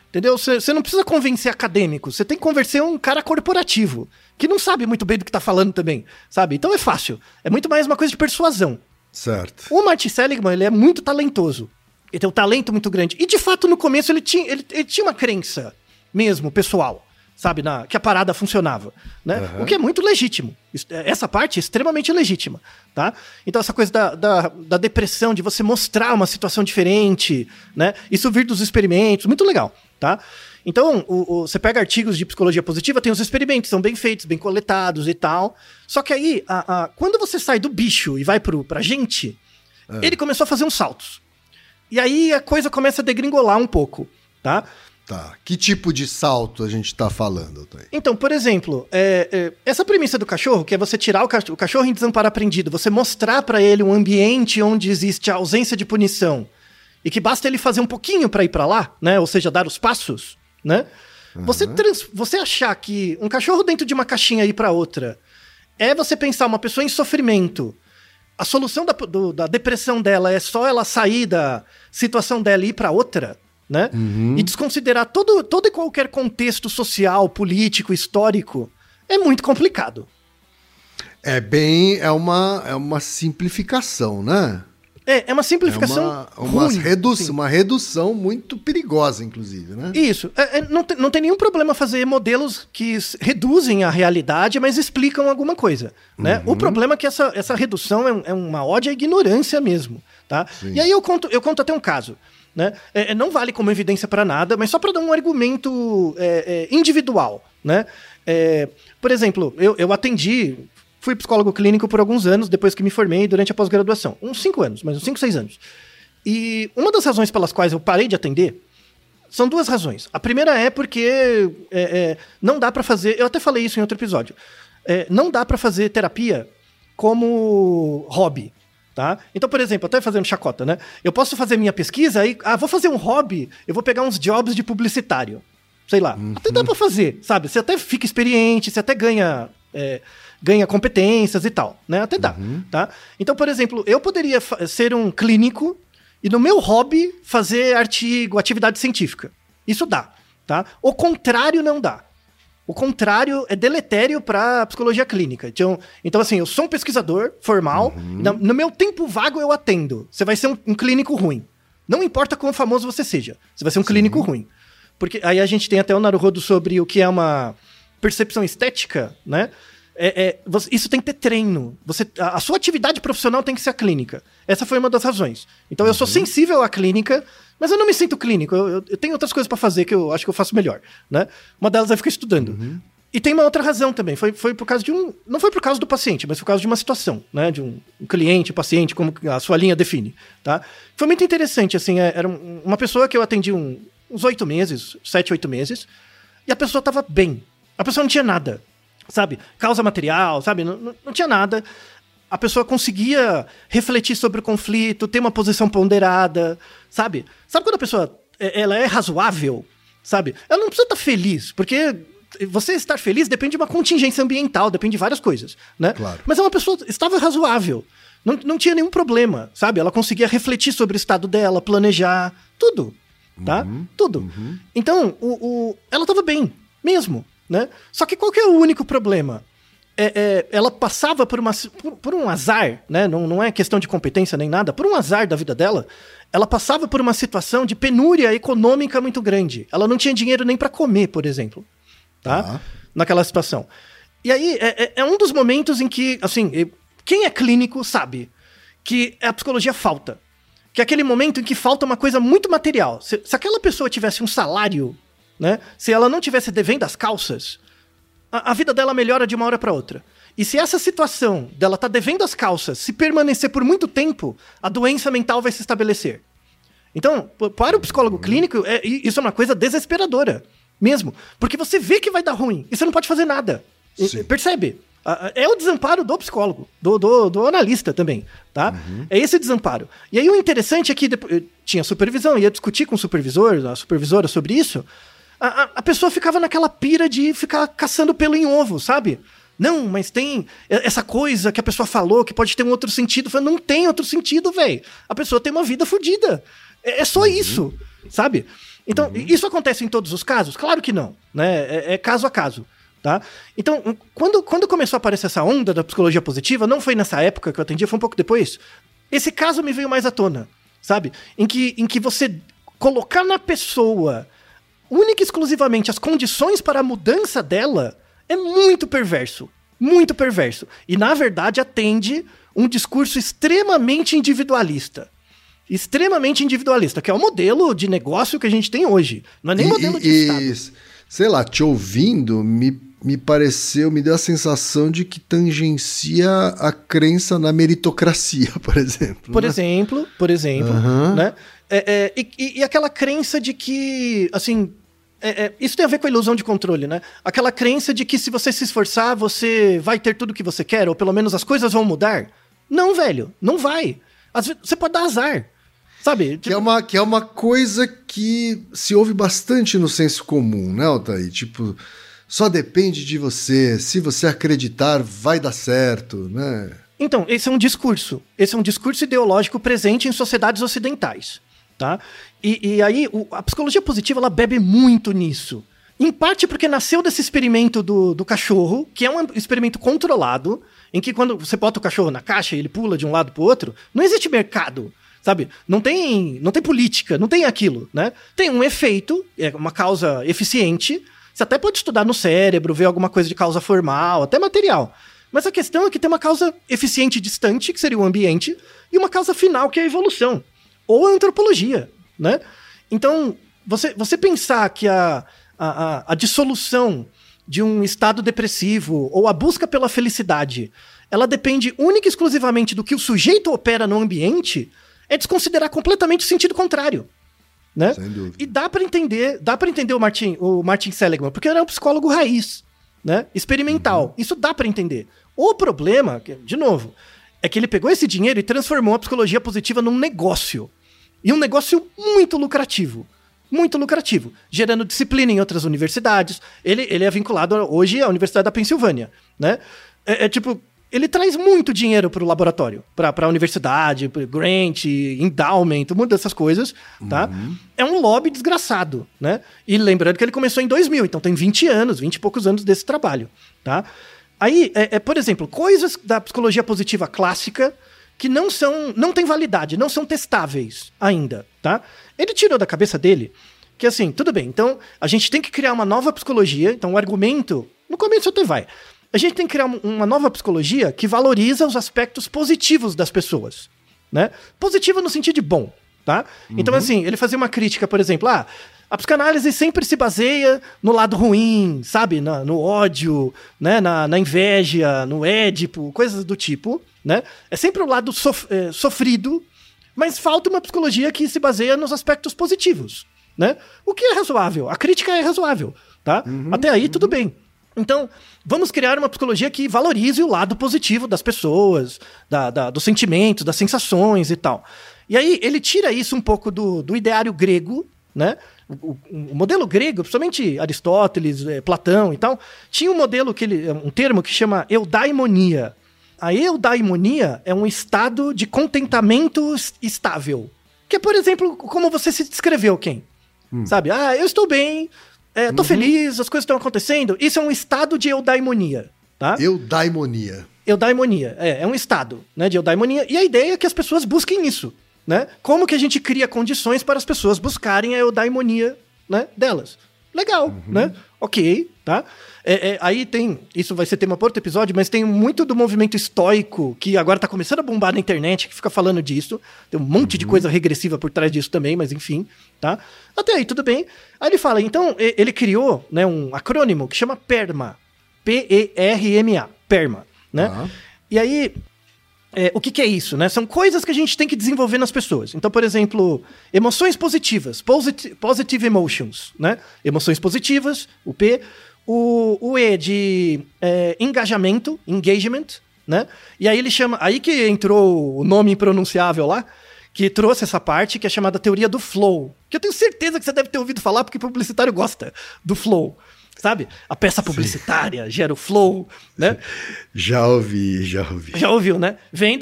Entendeu? Você não precisa convencer acadêmico, você tem que convencer um cara corporativo, que não sabe muito bem do que tá falando também, sabe? Então é fácil. É muito mais uma coisa de persuasão.
Certo.
O Martin Seligman, ele é muito talentoso. Ele tem um talento muito grande. E, de fato, no começo, ele tinha uma crença mesmo, pessoal, sabe? Que a parada funcionava, né? O que é muito legítimo. Essa parte é extremamente legítima, tá? Então, essa coisa da depressão, de você mostrar uma situação diferente, né? Isso vir dos experimentos, muito legal, tá? Então, você pega artigos de psicologia positiva, tem os experimentos, são bem feitos, bem coletados e tal. Só que aí, quando você sai do bicho e vai pra gente, ele começou a fazer uns saltos. E aí a coisa começa a degringolar um pouco, tá?
Tá. Que tipo de salto a gente tá falando, Otávio?
Então, por exemplo, essa premissa do cachorro, que é você tirar o cachorro em desamparo aprendido, você mostrar pra ele um ambiente onde existe a ausência de punição, e que basta ele fazer um pouquinho pra ir pra lá, né? Ou seja, dar os passos, né? Você achar que um cachorro dentro de uma caixinha ir pra outra é você pensar uma pessoa em sofrimento, a solução da depressão dela é só ela sair da situação dela e ir pra outra, né? E desconsiderar todo e qualquer contexto social, político, histórico, é muito complicado.
É uma simplificação, né?
É uma simplificação ruim, assim.
Uma redução muito perigosa, inclusive, né?
Isso. Não tem nenhum problema fazer modelos que reduzem a realidade, mas explicam alguma coisa, né? O problema é que essa redução é uma ode à ignorância mesmo, tá? Sim. E aí eu conto até um caso, né? Não vale como evidência para nada, mas só para dar um argumento individual, né? Por exemplo, eu atendi... Fui psicólogo clínico por alguns anos, depois que me formei durante a pós-graduação. Uns 5 anos, mas uns 5, 6 anos. E uma das razões pelas quais eu parei de atender são 2 razões. A primeira é porque não dá pra fazer... Eu até falei isso em outro episódio. Não dá pra fazer terapia como hobby, tá? Então, por exemplo, até fazendo chacota, né? Eu posso fazer minha pesquisa e... vou fazer um hobby, eu vou pegar uns jobs de publicitário. Sei lá. Até dá pra fazer, sabe? Você até fica experiente, você até ganha competências e tal, né? Até dá, tá? Então, por exemplo, eu poderia ser um clínico e no meu hobby fazer atividade científica. Isso dá, tá? O contrário não dá. O contrário é deletério para psicologia clínica. Então, assim, eu sou um pesquisador formal, no meu tempo vago eu atendo. Você vai ser um clínico ruim. Não importa quão famoso você seja, você vai ser um clínico ruim. Porque aí a gente tem até o Naruhodo sobre o que é uma percepção estética, né? Isso tem que ter treino. A sua atividade profissional tem que ser a clínica. Essa foi uma das razões. Então eu sou sensível à clínica, mas eu não me sinto clínico. Eu tenho outras coisas pra fazer que eu acho que eu faço melhor, né? Uma delas é ficar estudando. E tem uma outra razão também. Foi por causa de não foi por causa do paciente, mas por causa de uma situação, né? De um cliente, paciente, como a sua linha define, tá? Foi muito interessante, assim. Era uma pessoa que eu atendi uns 8 meses, 7, 8 meses, e a pessoa tava bem. A pessoa não tinha nada. Sabe? Causa material, sabe? Não tinha nada. A pessoa conseguia refletir sobre o conflito, ter uma posição ponderada, sabe? Sabe quando a pessoa ela é razoável, sabe? Ela não precisa estar feliz, porque você estar feliz depende de uma contingência ambiental, depende de várias coisas, né? Claro. Mas uma pessoa estava razoável, não tinha nenhum problema, sabe? Ela conseguia refletir sobre o estado dela, planejar, tudo, tá? Tudo. Então, ela estava bem, mesmo. Né? Só que qual que é o único problema? Ela passava por um azar, né? Não é questão de competência nem nada, por um azar da vida dela, ela passava por uma situação de penúria econômica muito grande. Ela não tinha dinheiro nem para comer, por exemplo, tá? Naquela situação. E aí, é um dos momentos em que, assim, quem é clínico sabe que a psicologia falta. Que é aquele momento em que falta uma coisa muito material. Se aquela pessoa tivesse um salário... Né? Se ela não tivesse devendo as calças, a vida dela melhora de uma hora para outra. E se essa situação dela tá devendo as calças, se permanecer por muito tempo, a doença mental vai se estabelecer. Então, para o psicólogo clínico, isso é uma coisa desesperadora, mesmo. Porque você vê que vai dar ruim e você não pode fazer nada. Percebe? É o desamparo do psicólogo, do analista também, tá? É esse desamparo. E aí o interessante é que tinha supervisão, ia discutir com o supervisor, a supervisora sobre isso. A pessoa ficava naquela pira de ficar caçando pelo em ovo, sabe? Não, mas tem essa coisa que a pessoa falou que pode ter um outro sentido. Eu falei, não tem outro sentido, velho. A pessoa tem uma vida fodida. É só isso, sabe? Então, isso acontece em todos os casos? Claro que não, né? É caso a caso, tá? Então, quando começou a aparecer essa onda da psicologia positiva, não foi nessa época que eu atendia, foi um pouco depois, esse caso me veio mais à tona, sabe? Em que você colocar na pessoa única e exclusivamente as condições para a mudança dela é muito perverso. Muito perverso. E, na verdade, atende um discurso extremamente individualista. Extremamente individualista, que é o modelo de negócio que a gente tem hoje. Não é nem modelo de Estado.
Sei lá, te ouvindo, me pareceu, me deu a sensação de que tangencia a crença na meritocracia, por exemplo.
Por exemplo, né? E aquela crença de que, assim... isso tem a ver com a ilusão de controle, né? Aquela crença de que se você se esforçar, você vai ter tudo o que você quer, ou pelo menos as coisas vão mudar. Não, velho, não vai. Às vezes, você pode dar azar, sabe? Tipo...
Que é uma coisa que se ouve bastante no senso comum, né, Altair? Tipo, só depende de você. Se você acreditar, vai dar certo, né?
Então, esse é um discurso. Esse é um discurso ideológico presente em sociedades ocidentais. Tá? E aí, a psicologia positiva, ela bebe muito nisso. Em parte porque nasceu desse experimento do cachorro, que é um experimento controlado, em que quando você bota o cachorro na caixa e ele pula de um lado pro outro, não existe mercado, sabe? Não tem política, não tem aquilo, né? Tem um efeito, é uma causa eficiente, você até pode estudar no cérebro, ver alguma coisa de causa formal, até material. Mas a questão é que tem uma causa eficiente distante, que seria o ambiente, e uma causa final, que é a evolução. Ou a antropologia, né? Então, você pensar que a dissolução de um estado depressivo ou a busca pela felicidade, ela depende única e exclusivamente do que o sujeito opera no ambiente, é desconsiderar completamente o sentido contrário, né?
Sem dúvida.
E dá para entender o Martin Seligman, porque ele é um psicólogo raiz, né? Experimental. Isso dá para entender. O problema, de novo, é que ele pegou esse dinheiro e transformou a psicologia positiva num negócio. E um negócio muito lucrativo, gerando disciplina em outras universidades. Ele é vinculado hoje à Universidade da Pensilvânia, né? Tipo, ele traz muito dinheiro para o laboratório, para a universidade, grant, endowment, muitas dessas coisas, tá? É um lobby desgraçado, né? E lembrando que ele começou em 2000, então tem 20 e poucos anos desse trabalho, tá? Aí, por exemplo, coisas da psicologia positiva clássica que não tem validade, não são testáveis ainda, tá? Ele tirou da cabeça dele que, assim, tudo bem, então a gente tem que criar uma nova psicologia, então o argumento, no começo até vai, a gente tem que criar uma nova psicologia que valoriza os aspectos positivos das pessoas, né? Positivo no sentido de bom, tá? Então, assim, ele fazia uma crítica, por exemplo, a psicanálise sempre se baseia no lado ruim, sabe? No ódio, né? Na inveja, no édipo, coisas do tipo, né? É sempre o lado sofrido, mas falta uma psicologia que se baseia nos aspectos positivos, né? O que é razoável. A crítica é razoável, tá? Até aí, tudo bem. Então, vamos criar uma psicologia que valorize o lado positivo das pessoas, dos sentimentos, das sensações e tal. E aí, ele tira isso um pouco do ideário grego, né? O modelo grego, principalmente Aristóteles, Platão e tal, tinha um modelo, um termo que chama eudaimonia. A eudaimonia é um estado de contentamento estável. Que é, por exemplo, como você se descreveu, Ken. Sabe? Eu estou bem, tô feliz, as coisas estão acontecendo. Isso é um estado de eudaimonia, tá?
Eudaimonia.
Eudaimonia, é um estado, né, de eudaimonia. E a ideia é que as pessoas busquem isso, né? Como que a gente cria condições para as pessoas buscarem a eudaimonia, né, delas. Legal, né? Ok, tá? Aí tem, isso vai ser tema para outro episódio, mas tem muito do movimento estoico que agora tá começando a bombar na internet, que fica falando disso. Tem um monte de coisa regressiva por trás disso também, mas enfim, tá? Até aí, tudo bem. Aí ele fala, então, ele criou, né, um acrônimo que chama PERMA. P-E-R-M-A. PERMA, né? E aí, o que é isso, né? São coisas que a gente tem que desenvolver nas pessoas. Então, por exemplo, emoções positivas, positive emotions, né? Emoções positivas, o P. O E de engajamento, engagement, né? E aí ele chama... Aí que entrou o nome impronunciável lá, que trouxe essa parte que é chamada teoria do flow. Que eu tenho certeza que você deve ter ouvido falar, porque publicitário gosta do flow. Sabe? A peça publicitária gera o flow, né?
Já ouvi.
Já ouviu, né? Vem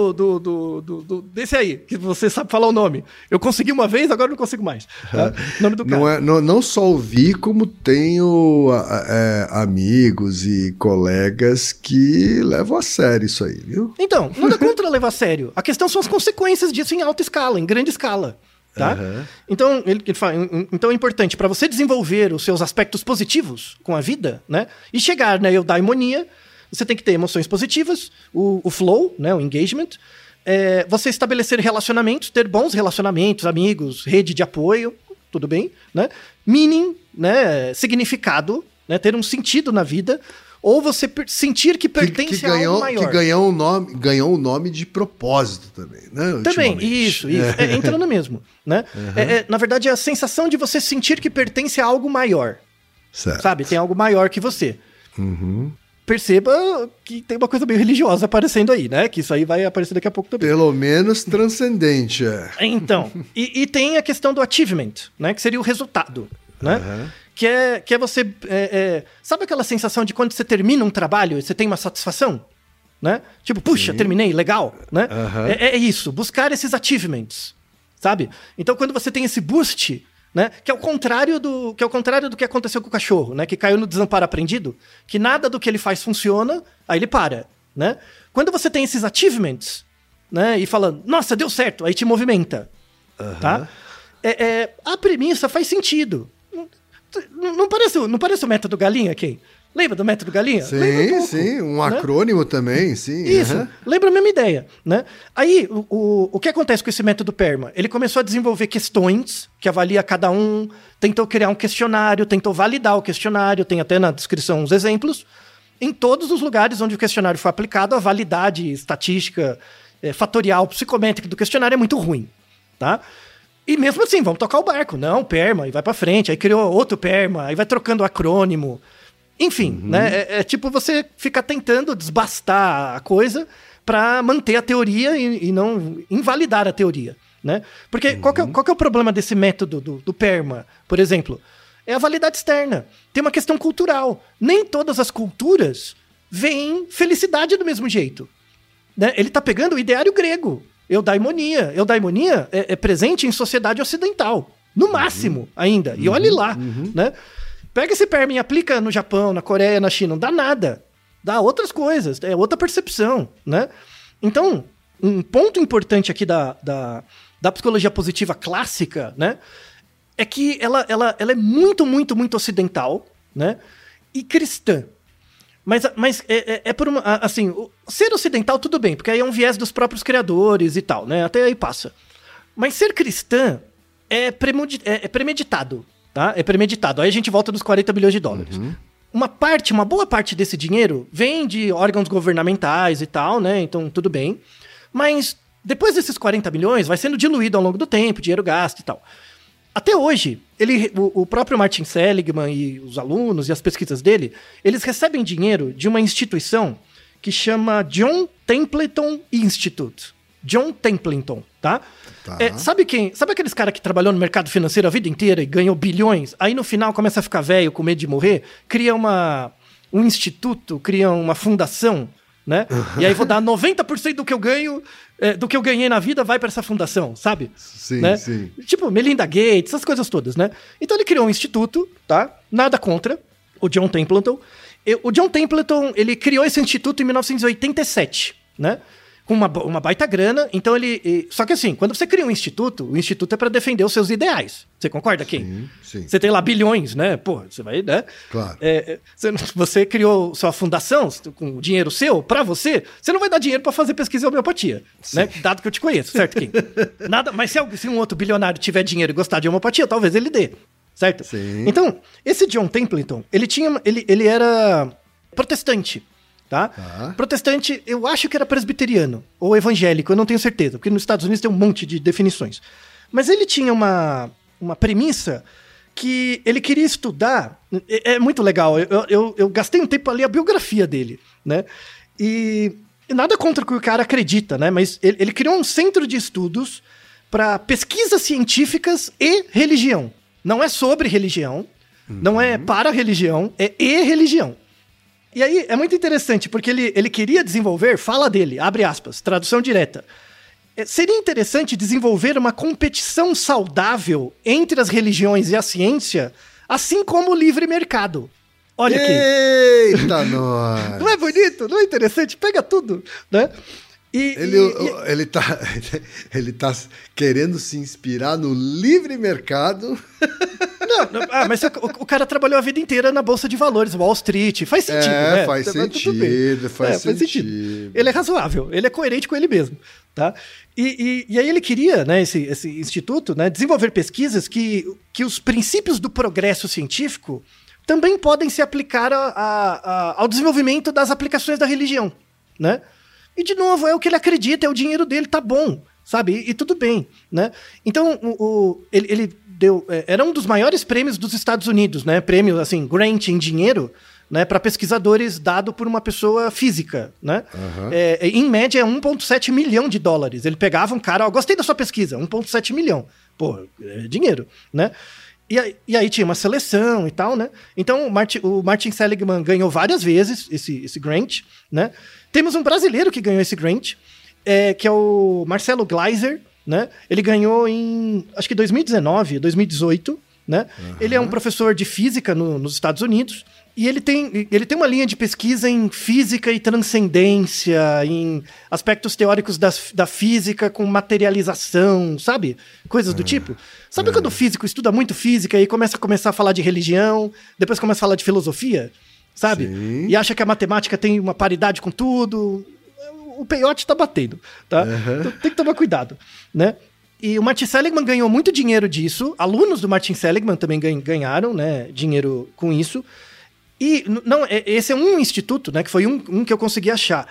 desse aí, que você sabe falar o nome. Eu consegui uma vez, agora não consigo mais. Tá? Nome do cara.
Não só ouvi, como tenho amigos e colegas que levam a sério isso aí, viu?
Então, nada contra levar a sério. A questão são as consequências disso em alta escala, em grande escala. Tá? Então, ele fala, então é importante para você desenvolver os seus aspectos positivos com a vida, né? E chegar na eudaimonia, você tem que ter emoções positivas, o flow, né? O engagement, você estabelecer relacionamentos, ter bons relacionamentos, amigos, rede de apoio, tudo bem, né? Meaning, né? Significado, né? Ter um sentido na vida. Ou você sentir que pertence a algo maior.
Que ganhou um nome de propósito também, né?
Também, isso. Entra no mesmo, né? Na verdade, é a sensação de você sentir que pertence a algo maior.
Certo.
Sabe? Tem algo maior que você. Perceba que tem uma coisa meio religiosa aparecendo aí, né? Que isso aí vai aparecer daqui a pouco também.
Pelo menos transcendente,
Então, e tem a questão do achievement, né? Que seria o resultado, né? Que é você... sabe aquela sensação de quando você termina um trabalho e você tem uma satisfação? Né? Tipo, puxa, terminei, legal. Né? É isso, buscar esses achievements, sabe? Então, quando você tem esse boost, né? Que é o contrário do que aconteceu com o cachorro, né? Que caiu no desamparo aprendido, que nada do que ele faz funciona, aí ele para. Né? Quando você tem esses achievements, né? E fala, nossa, deu certo, aí te movimenta. Tá? A premissa faz sentido. Não parece o método galinha, Ken? Lembra do método galinha?
Sim, um acrônimo, né? Também, sim.
Isso, lembra a mesma ideia, né? Aí, o que acontece com esse método PERMA? Ele começou a desenvolver questões que avalia cada um, tentou criar um questionário, tentou validar o questionário, tem até na descrição uns exemplos. Em todos os lugares onde o questionário foi aplicado, a validade estatística, fatorial, psicométrica do questionário é muito ruim, tá? E mesmo assim, vamos tocar o barco. Não, PERMA, e vai pra frente. Aí criou outro PERMA, aí vai trocando o acrônimo. Enfim, né? É tipo você ficar tentando desbastar a coisa pra manter a teoria e não invalidar a teoria, né? Porque qual que é o problema desse método do PERMA, por exemplo? É a validade externa. Tem uma questão cultural. Nem todas as culturas veem felicidade do mesmo jeito, né? Ele tá pegando o ideário grego. Eudaimonia. Eudaimonia é presente em sociedade ocidental. No máximo, ainda. E olhe lá, né? Pega esse PERMA e aplica no Japão, na Coreia, na China. Não dá nada. Dá outras coisas. É outra percepção, né? Então, um ponto importante aqui da psicologia positiva clássica, né? É que ela é muito, muito, muito ocidental, né? E cristã. Mas é por uma... Assim, ser ocidental tudo bem, porque aí é um viés dos próprios criadores e tal, né? Até aí passa. Mas ser cristã é premeditado, tá? É premeditado. Aí a gente volta dos 40 bilhões de dólares. Uma boa parte desse dinheiro vem de órgãos governamentais e tal, né? Então, tudo bem. Mas depois desses 40 milhões, vai sendo diluído ao longo do tempo, dinheiro gasto e tal. Até hoje, o próprio Martin Seligman e os alunos e as pesquisas dele, eles recebem dinheiro de uma instituição que chama John Templeton Institute. John Templeton, tá? Sabe aqueles caras que trabalhou no mercado financeiro a vida inteira e ganhou bilhões, aí no final começa a ficar velho com medo de morrer, cria um instituto, cria uma fundação, né? E aí vou dar 90% do que eu ganho, do que eu ganhei na vida vai para essa fundação, sabe?
Sim,
né?
sim.
Tipo, Melinda Gates, essas coisas todas, né? Então ele criou um instituto, tá? Nada contra o John Templeton. O John Templeton, ele criou esse instituto em 1987, né? Com uma baita grana. Então só que assim, quando você cria um instituto, o instituto é para defender os seus ideais. Você concorda, Kim?
Sim.
Você tem lá bilhões, né? Pô, você vai, né?
Claro.
Você criou sua fundação com dinheiro seu, pra você não vai dar dinheiro pra fazer pesquisa em homeopatia, né? Dado que eu te conheço, certo, Kim? Mas se um outro bilionário tiver dinheiro e gostar de homeopatia, talvez ele dê, certo?
Sim.
Então, esse John Templeton, ele era protestante. Tá? Protestante, eu acho que era presbiteriano ou evangélico, eu não tenho certeza, porque nos Estados Unidos tem um monte de definições. Mas ele tinha uma premissa que ele queria estudar. É muito legal, eu gastei um tempo para ler a biografia dele, né? E nada contra o que o cara acredita, né? Mas ele criou um centro de estudos para pesquisas científicas e religião. Não é sobre religião, Não é para a religião, é e-religião. E aí é muito interessante, porque ele queria desenvolver, fala dele, abre aspas, tradução direta. Seria interessante desenvolver uma competição saudável entre as religiões e a ciência, assim como o livre mercado. Olha aqui.
Eita, nós!
Não é bonito? Não é interessante? Pega tudo, né?
Ele tá querendo se inspirar no livre mercado.
Não, mas o cara trabalhou a vida inteira na Bolsa de Valores, Wall Street. Faz sentido, né?
Faz sentido.
Ele é razoável, ele é coerente com ele mesmo, tá? E aí ele queria, né, esse instituto, né, desenvolver pesquisas que os princípios do progresso científico também podem se aplicar ao desenvolvimento das aplicações da religião, né? E, de novo, é o que ele acredita, é o dinheiro dele, tá bom, sabe? E tudo bem, né? Então, ele deu... Era um dos maiores prêmios dos Estados Unidos, né? Prêmio, assim, grant em dinheiro, né? Para pesquisadores dado por uma pessoa física, né? Uhum. Em média, é 1,7 milhão de dólares. Ele pegava um cara, gostei da sua pesquisa, 1,7 milhão. Pô, é dinheiro, né? E aí tinha uma seleção e tal, né? Então, o Martin Seligman ganhou várias vezes esse grant, né? Temos um brasileiro que ganhou esse grant, que é o Marcelo Gleiser, né? Ele ganhou em, acho que 2019, 2018, né? Uhum. Ele é um professor de física nos Estados Unidos e ele tem uma linha de pesquisa em física e transcendência, em aspectos teóricos da física com materialização, sabe? Coisas do tipo. Sabe quando o físico estuda muito física e começa a falar de religião, depois começa a falar de filosofia? Sabe? Sim. E acha que a matemática tem uma paridade com tudo. O peiote tá batendo, tá? Uhum. Então tem que tomar cuidado, né? E o Martin Seligman ganhou muito dinheiro disso. Alunos do Martin Seligman também ganharam, né, dinheiro com isso. E esse é um instituto, né, que foi um que eu consegui achar.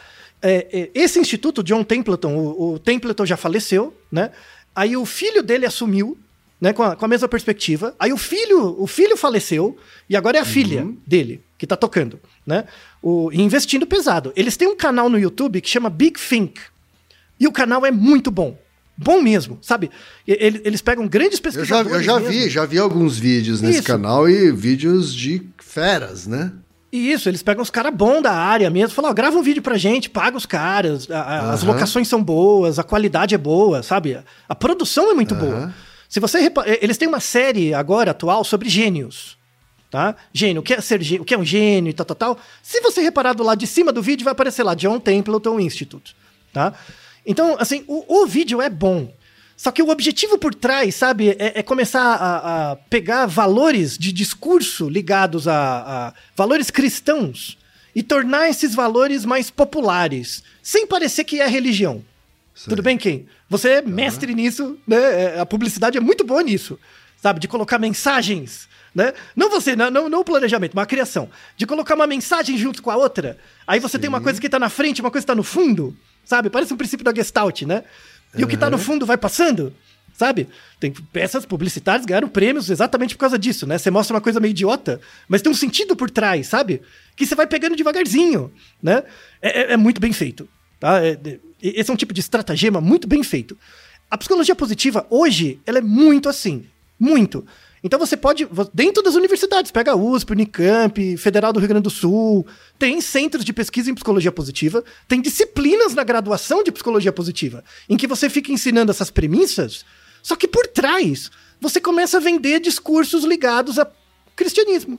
Esse instituto, John Templeton, o Templeton já faleceu, né? Aí o filho dele assumiu, né, com a mesma perspectiva. Aí o filho faleceu e agora é a filha dele que tá tocando, né? Investindo pesado. Eles têm um canal no YouTube que chama Big Think. E o canal é muito bom. Bom mesmo, sabe? Eles pegam grandes pesquisadores.
Eu já vi alguns vídeos nesse canal e vídeos de feras, né?
Isso, eles pegam os caras bons da área mesmo, falam, grava um vídeo pra gente, paga os caras, as locações são boas, a qualidade é boa, sabe? A produção é muito boa. Se você eles têm uma série agora atual sobre gênios, tá? Gênio, o que é um gênio e tal. Se você reparar do lado de cima do vídeo, vai aparecer lá, John Templeton Institute, tá? Então, assim, o vídeo é bom. Só que o objetivo por trás, sabe, é começar a pegar valores de discurso ligados a valores cristãos e tornar esses valores mais populares, sem parecer que é religião. Sei. Tudo bem, Ken? Você é mestre nisso, né? A publicidade é muito boa nisso, sabe? De colocar mensagens, né? Não o planejamento, mas a criação. De colocar uma mensagem junto com a outra. Aí você tem uma coisa que tá na frente, uma coisa que tá no fundo, sabe? Parece um princípio da Gestalt, né? E o que tá no fundo vai passando, sabe? Tem peças publicitárias que ganharam prêmios exatamente por causa disso, né? Você mostra uma coisa meio idiota, mas tem um sentido por trás, sabe? Que você vai pegando devagarzinho, né? É muito bem feito, tá? Esse é um tipo de estratagema muito bem feito. A psicologia positiva, hoje, ela é muito assim. Muito. Então você pode, dentro das universidades, pega a USP, Unicamp, Federal do Rio Grande do Sul, tem centros de pesquisa em psicologia positiva, tem disciplinas na graduação de psicologia positiva, em que você fica ensinando essas premissas, só que por trás você começa a vender discursos ligados a cristianismo.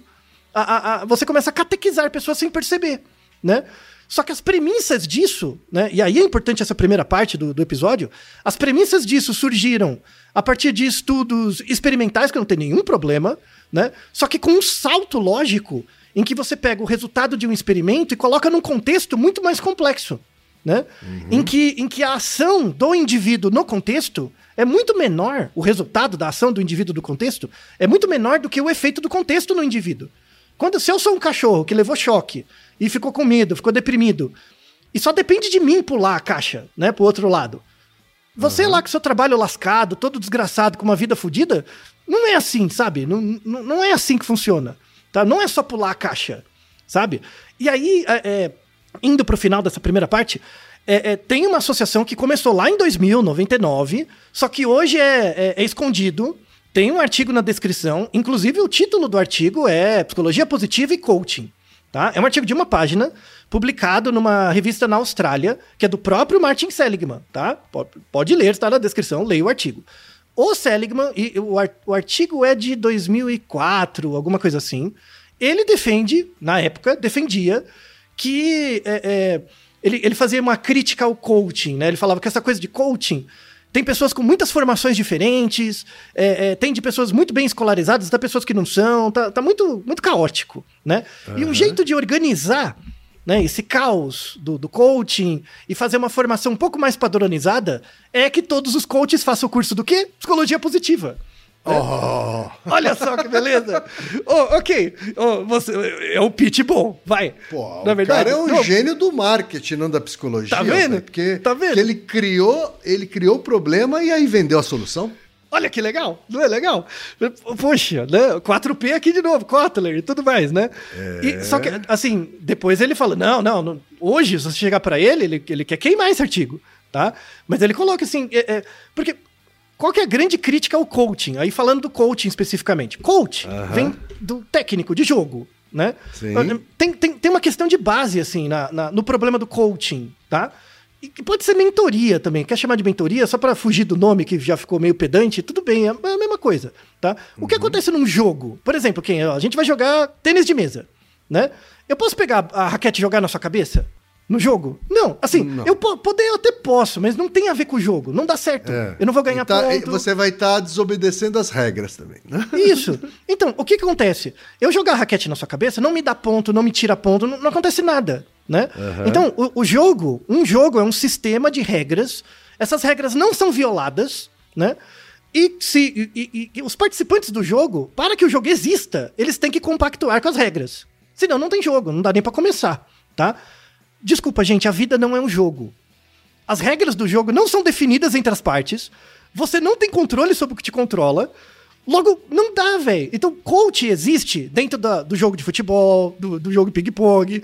Você começa a catequizar pessoas sem perceber, né? Só que as premissas disso, né? E aí é importante essa primeira parte do episódio, as premissas disso surgiram a partir de estudos experimentais, que não tem nenhum problema, né? Só que com um salto lógico em que você pega o resultado de um experimento e coloca num contexto muito mais complexo, né? Em que a ação do indivíduo no contexto é muito menor, o resultado da ação do indivíduo do contexto é muito menor do que o efeito do contexto no indivíduo. Se eu sou um cachorro que levou choque e ficou com medo, ficou deprimido, e só depende de mim pular a caixa, né, pro outro lado. Você lá com seu trabalho lascado, todo desgraçado, com uma vida fodida, não é assim, sabe? Não é assim que funciona, tá? Não é só pular a caixa, sabe? E aí, indo pro final dessa primeira parte, tem uma associação que começou lá em 2000, 99, só que hoje é escondido. Tem um artigo na descrição, inclusive o título do artigo é Psicologia Positiva e Coaching. Tá? É um artigo de uma página, publicado numa revista na Austrália, que é do próprio Martin Seligman. Tá? Pode ler, está na descrição, leia o artigo. O Seligman, e o artigo é de 2004, alguma coisa assim, ele defendia que ele fazia uma crítica ao coaching, né? Ele falava que essa coisa de coaching tem pessoas com muitas formações diferentes, tem de pessoas muito bem escolarizadas, tem pessoas que não são, tá muito, muito caótico, né? E um jeito de organizar, né, esse caos do coaching e fazer uma formação um pouco mais padronizada é que todos os coaches façam o curso do quê? Psicologia Positiva.
Oh.
Olha só que beleza. Ok. Você, é um pitch bom, vai.
Pô,
na verdade,
cara é um gênio do marketing, não da psicologia.
Tá vendo?
Né? Porque
tá vendo?
ele criou o problema e aí vendeu a solução.
Olha que legal, não é legal? Poxa, né? 4P aqui de novo, Kotler e tudo mais, né? Só que, assim, depois ele fala, não, hoje, se você chegar pra ele quer queimar esse artigo, tá? Mas ele coloca assim, porque qual que é a grande crítica ao coaching? Aí falando do coaching especificamente. Coach vem do técnico, de jogo, né?
Sim.
Tem uma questão de base, assim, no problema do coaching, tá? E pode ser mentoria também. Quer chamar de mentoria só pra fugir do nome que já ficou meio pedante? Tudo bem, é a mesma coisa, tá? O que acontece num jogo? Por exemplo, a gente vai jogar tênis de mesa, né? Eu posso pegar a raquete e jogar na sua cabeça? No jogo? Não. Assim,
não.
eu até posso, mas não tem a ver com o jogo. Não dá certo. Eu não vou ganhar ponto.
Você vai estar desobedecendo as regras também, né?
Isso. Então, o que acontece? Eu jogar a raquete na sua cabeça não me dá ponto, não me tira ponto, não acontece nada, né? Então, um jogo é um sistema de regras. Essas regras não são violadas, né? E os participantes do jogo, para que o jogo exista, eles têm que compactuar com as regras. Senão não tem jogo, não dá nem pra começar, tá? Desculpa, gente, a vida não é um jogo. As regras do jogo não são definidas entre as partes. Você não tem controle sobre o que te controla. Logo, não dá, velho. Então, coach existe dentro do jogo de futebol, do jogo de ping-pong,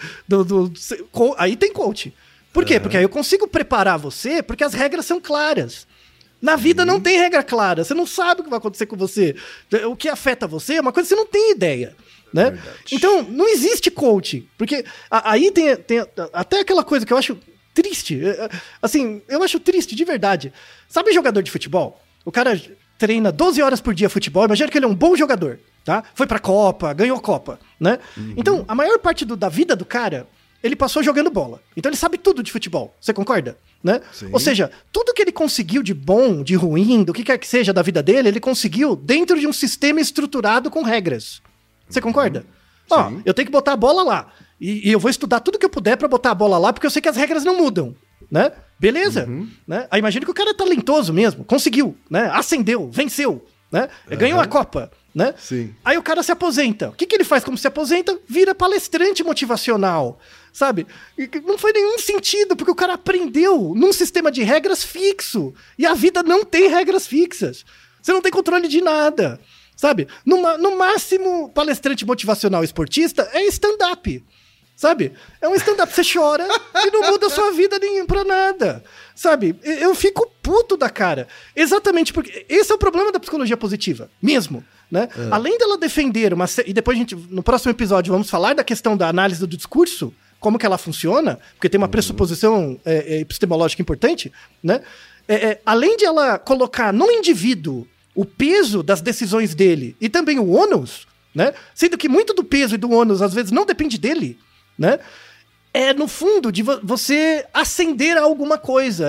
aí tem coach. Por quê? Porque aí eu consigo preparar você, porque as regras são claras. Na vida não tem regra clara. Você não sabe o que vai acontecer com você. O que afeta você é uma coisa que você não tem ideia. Né? Então, não existe coaching, porque aí tem até aquela coisa que eu acho triste, assim, eu acho triste de verdade. Sabe jogador de futebol? O cara treina 12 horas por dia futebol, imagina que ele é um bom jogador, tá? Foi pra Copa, ganhou a Copa, né? Então, a maior parte da vida do cara, ele passou jogando bola. Então ele sabe tudo de futebol, você concorda? Né? Ou seja, tudo que ele conseguiu de bom, de ruim, do que quer que seja da vida dele, ele conseguiu dentro de um sistema estruturado com regras. Você concorda? Ó, eu tenho que botar a bola lá. E eu vou estudar tudo que eu puder pra botar a bola lá, porque eu sei que as regras não mudam, né? Beleza? Né? Aí imagina que o cara é talentoso mesmo, conseguiu, né? Ascendeu, venceu, né? Ganhou a Copa, né?
Sim.
Aí o cara se aposenta. O que ele faz como se aposenta? Vira palestrante motivacional, sabe? E não faz nenhum sentido, porque o cara aprendeu num sistema de regras fixo. E a vida não tem regras fixas. Você não tem controle de nada. Sabe? No máximo, palestrante motivacional esportista é stand-up. Sabe? É um stand-up, você chora e não muda a sua vida nem pra nada. Sabe? Eu fico puto da cara. Exatamente porque esse é o problema da psicologia positiva, mesmo. Né? Além dela defender e depois no próximo episódio vamos falar da questão da análise do discurso, como que ela funciona, porque tem uma pressuposição epistemológica importante, né? Além de ela colocar no indivíduo o peso das decisões dele e também o ônus, né? Sendo que muito do peso e do ônus às vezes não depende dele, né? É no fundo de você ascender a alguma coisa,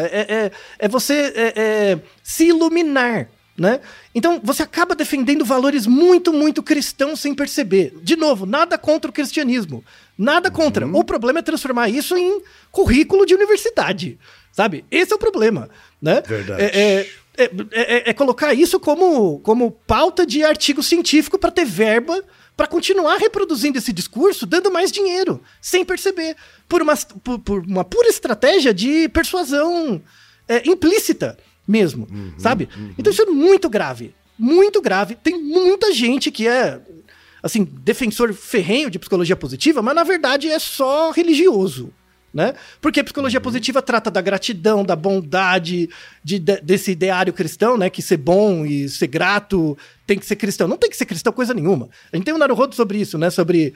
você se iluminar, né? Então você acaba defendendo valores muito, muito cristãos sem perceber. De novo, nada contra o cristianismo, nada contra. O problema é transformar isso em currículo de universidade, sabe? Esse é o problema, né?
Verdade.
Colocar isso como pauta de artigo científico para ter verba para continuar reproduzindo esse discurso, dando mais dinheiro, sem perceber, por uma pura estratégia de persuasão implícita mesmo, sabe? Então isso é muito grave, muito grave. Tem muita gente que é, assim, defensor ferrenho de psicologia positiva, mas na verdade é só religioso, né? Porque a psicologia positiva trata da gratidão, da bondade, desse ideário cristão, né? Que ser bom e ser grato tem que ser cristão. Não tem que ser cristão coisa nenhuma. A gente tem um Naruhodo sobre isso, né? Sobre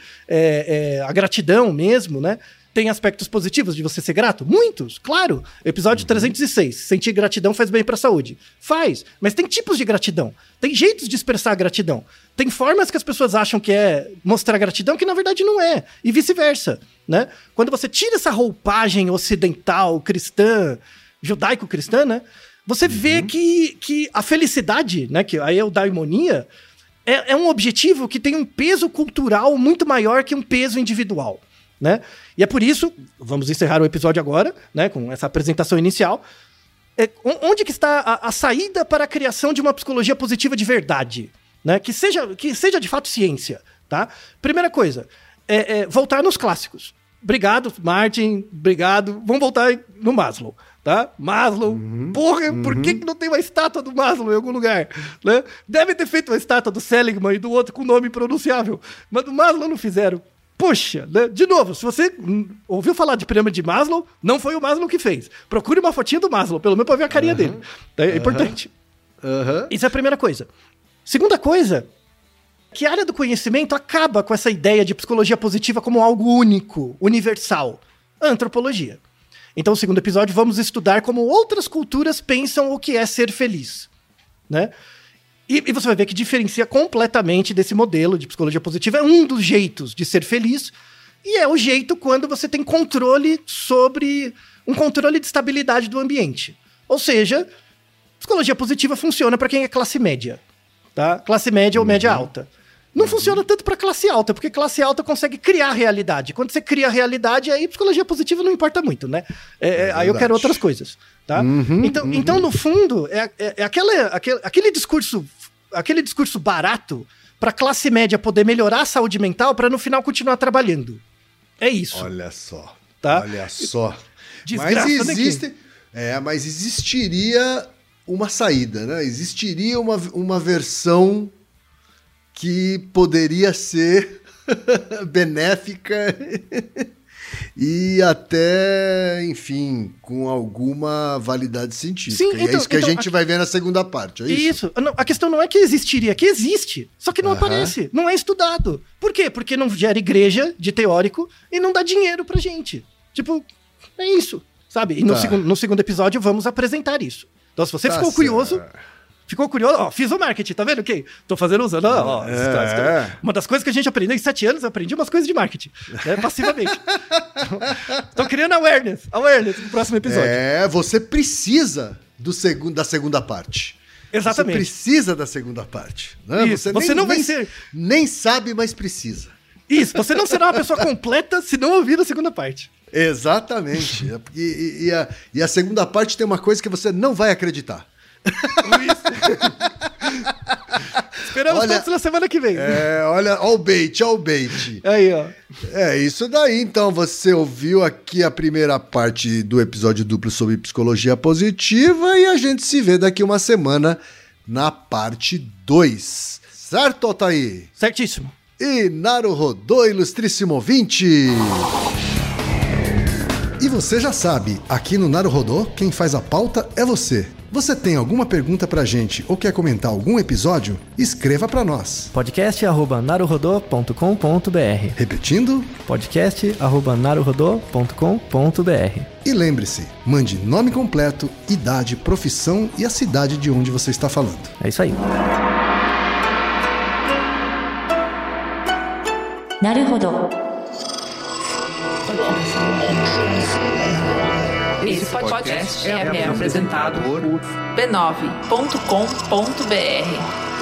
a gratidão mesmo, né? Tem aspectos positivos de você ser grato? Muitos, claro. Episódio 306. Sentir gratidão faz bem pra saúde. Faz. Mas tem tipos de gratidão. Tem jeitos de expressar a gratidão. Tem formas que as pessoas acham que é mostrar gratidão que na verdade não é. E vice-versa, né? Quando você tira essa roupagem ocidental, cristã, judaico-cristã, né? Você vê que a felicidade, né? Que a eudaimonia é um objetivo que tem um peso cultural muito maior que um peso individual. Né? E é por isso, vamos encerrar o episódio agora, né, com essa apresentação inicial, onde que está a saída para a criação de uma psicologia positiva de verdade, né? Que seja de fato ciência, tá? Primeira coisa, voltar nos clássicos. Obrigado, Martin, obrigado. Vamos voltar no Maslow, tá? Maslow, porra, por que não tem uma estátua do Maslow em algum lugar? Né? Deve ter feito uma estátua do Seligman e do outro com nome impronunciável, mas do Maslow não fizeram. Puxa, né? De novo, se você ouviu falar de pirâmide de Maslow, não foi o Maslow que fez. Procure uma fotinha do Maslow, pelo menos pra ver a carinha dele. É importante. Isso é a primeira coisa. Segunda coisa, que a área do conhecimento acaba com essa ideia de psicologia positiva como algo único, universal. A antropologia. Então, no segundo episódio, vamos estudar como outras culturas pensam o que é ser feliz, né? E você vai ver que diferencia completamente desse modelo de psicologia positiva. É um dos jeitos de ser feliz. E é o jeito quando você tem controle sobre... um controle de estabilidade do ambiente. Ou seja, psicologia positiva funciona para quem é classe média. Tá? Classe média ou média alta. Não funciona tanto para classe alta, porque classe alta consegue criar realidade. Quando você cria realidade, aí psicologia positiva não importa muito, né? Aí eu quero outras coisas. Tá? Então, no fundo, aquele discurso barato para classe média poder melhorar a saúde mental para no final continuar trabalhando. É isso.
Olha só.
Tá?
Olha só.
Desgraça,
mas existiria uma saída, né? Existiria uma versão que poderia ser benéfica e até, enfim, com alguma validade científica. Sim, é isso que a gente vai ver na segunda parte, é isso?
Isso. Não, a questão não é que existiria, é que existe. Só que não aparece, não é estudado. Por quê? Porque não gera igreja de teórico e não dá dinheiro pra gente. Tipo, é isso, sabe? E no segundo episódio vamos apresentar isso. Então, se você ficou curioso... Ó, fiz o marketing, tá vendo? Ok, tô fazendo usando. Uma das coisas que a gente aprendeu em 7 anos, eu aprendi umas coisas de marketing, né, passivamente. Tô criando awareness no próximo episódio.
Você precisa da segunda parte.
Exatamente.
Você precisa da segunda parte. Né?
Isso, você não vai ser...
Nem sabe, mas precisa.
Isso, você não será uma pessoa completa se não ouvir a segunda parte.
Exatamente. E a segunda parte tem uma coisa que você não vai acreditar.
Esperamos todos na semana que vem.
Olha o bait.
Aí, ó.
É isso daí, então. Você ouviu aqui a primeira parte do episódio duplo sobre psicologia positiva e a gente se vê daqui uma semana na parte 2. Certo, Altair?
Certíssimo.
E Naruhodo, ilustríssimo ouvinte. E você já sabe, aqui no Naruhodo, quem faz a pauta é você. Você tem alguma pergunta pra gente ou quer comentar algum episódio? Escreva pra nós.
podcast@naruhodo.com.br.
Repetindo?
podcast@naruhodo.com.br.
E lembre-se, mande nome completo, idade, profissão e a cidade de onde você está falando.
É isso aí.
Naruhodo.
Esse podcast é apresentado por b9.com.br.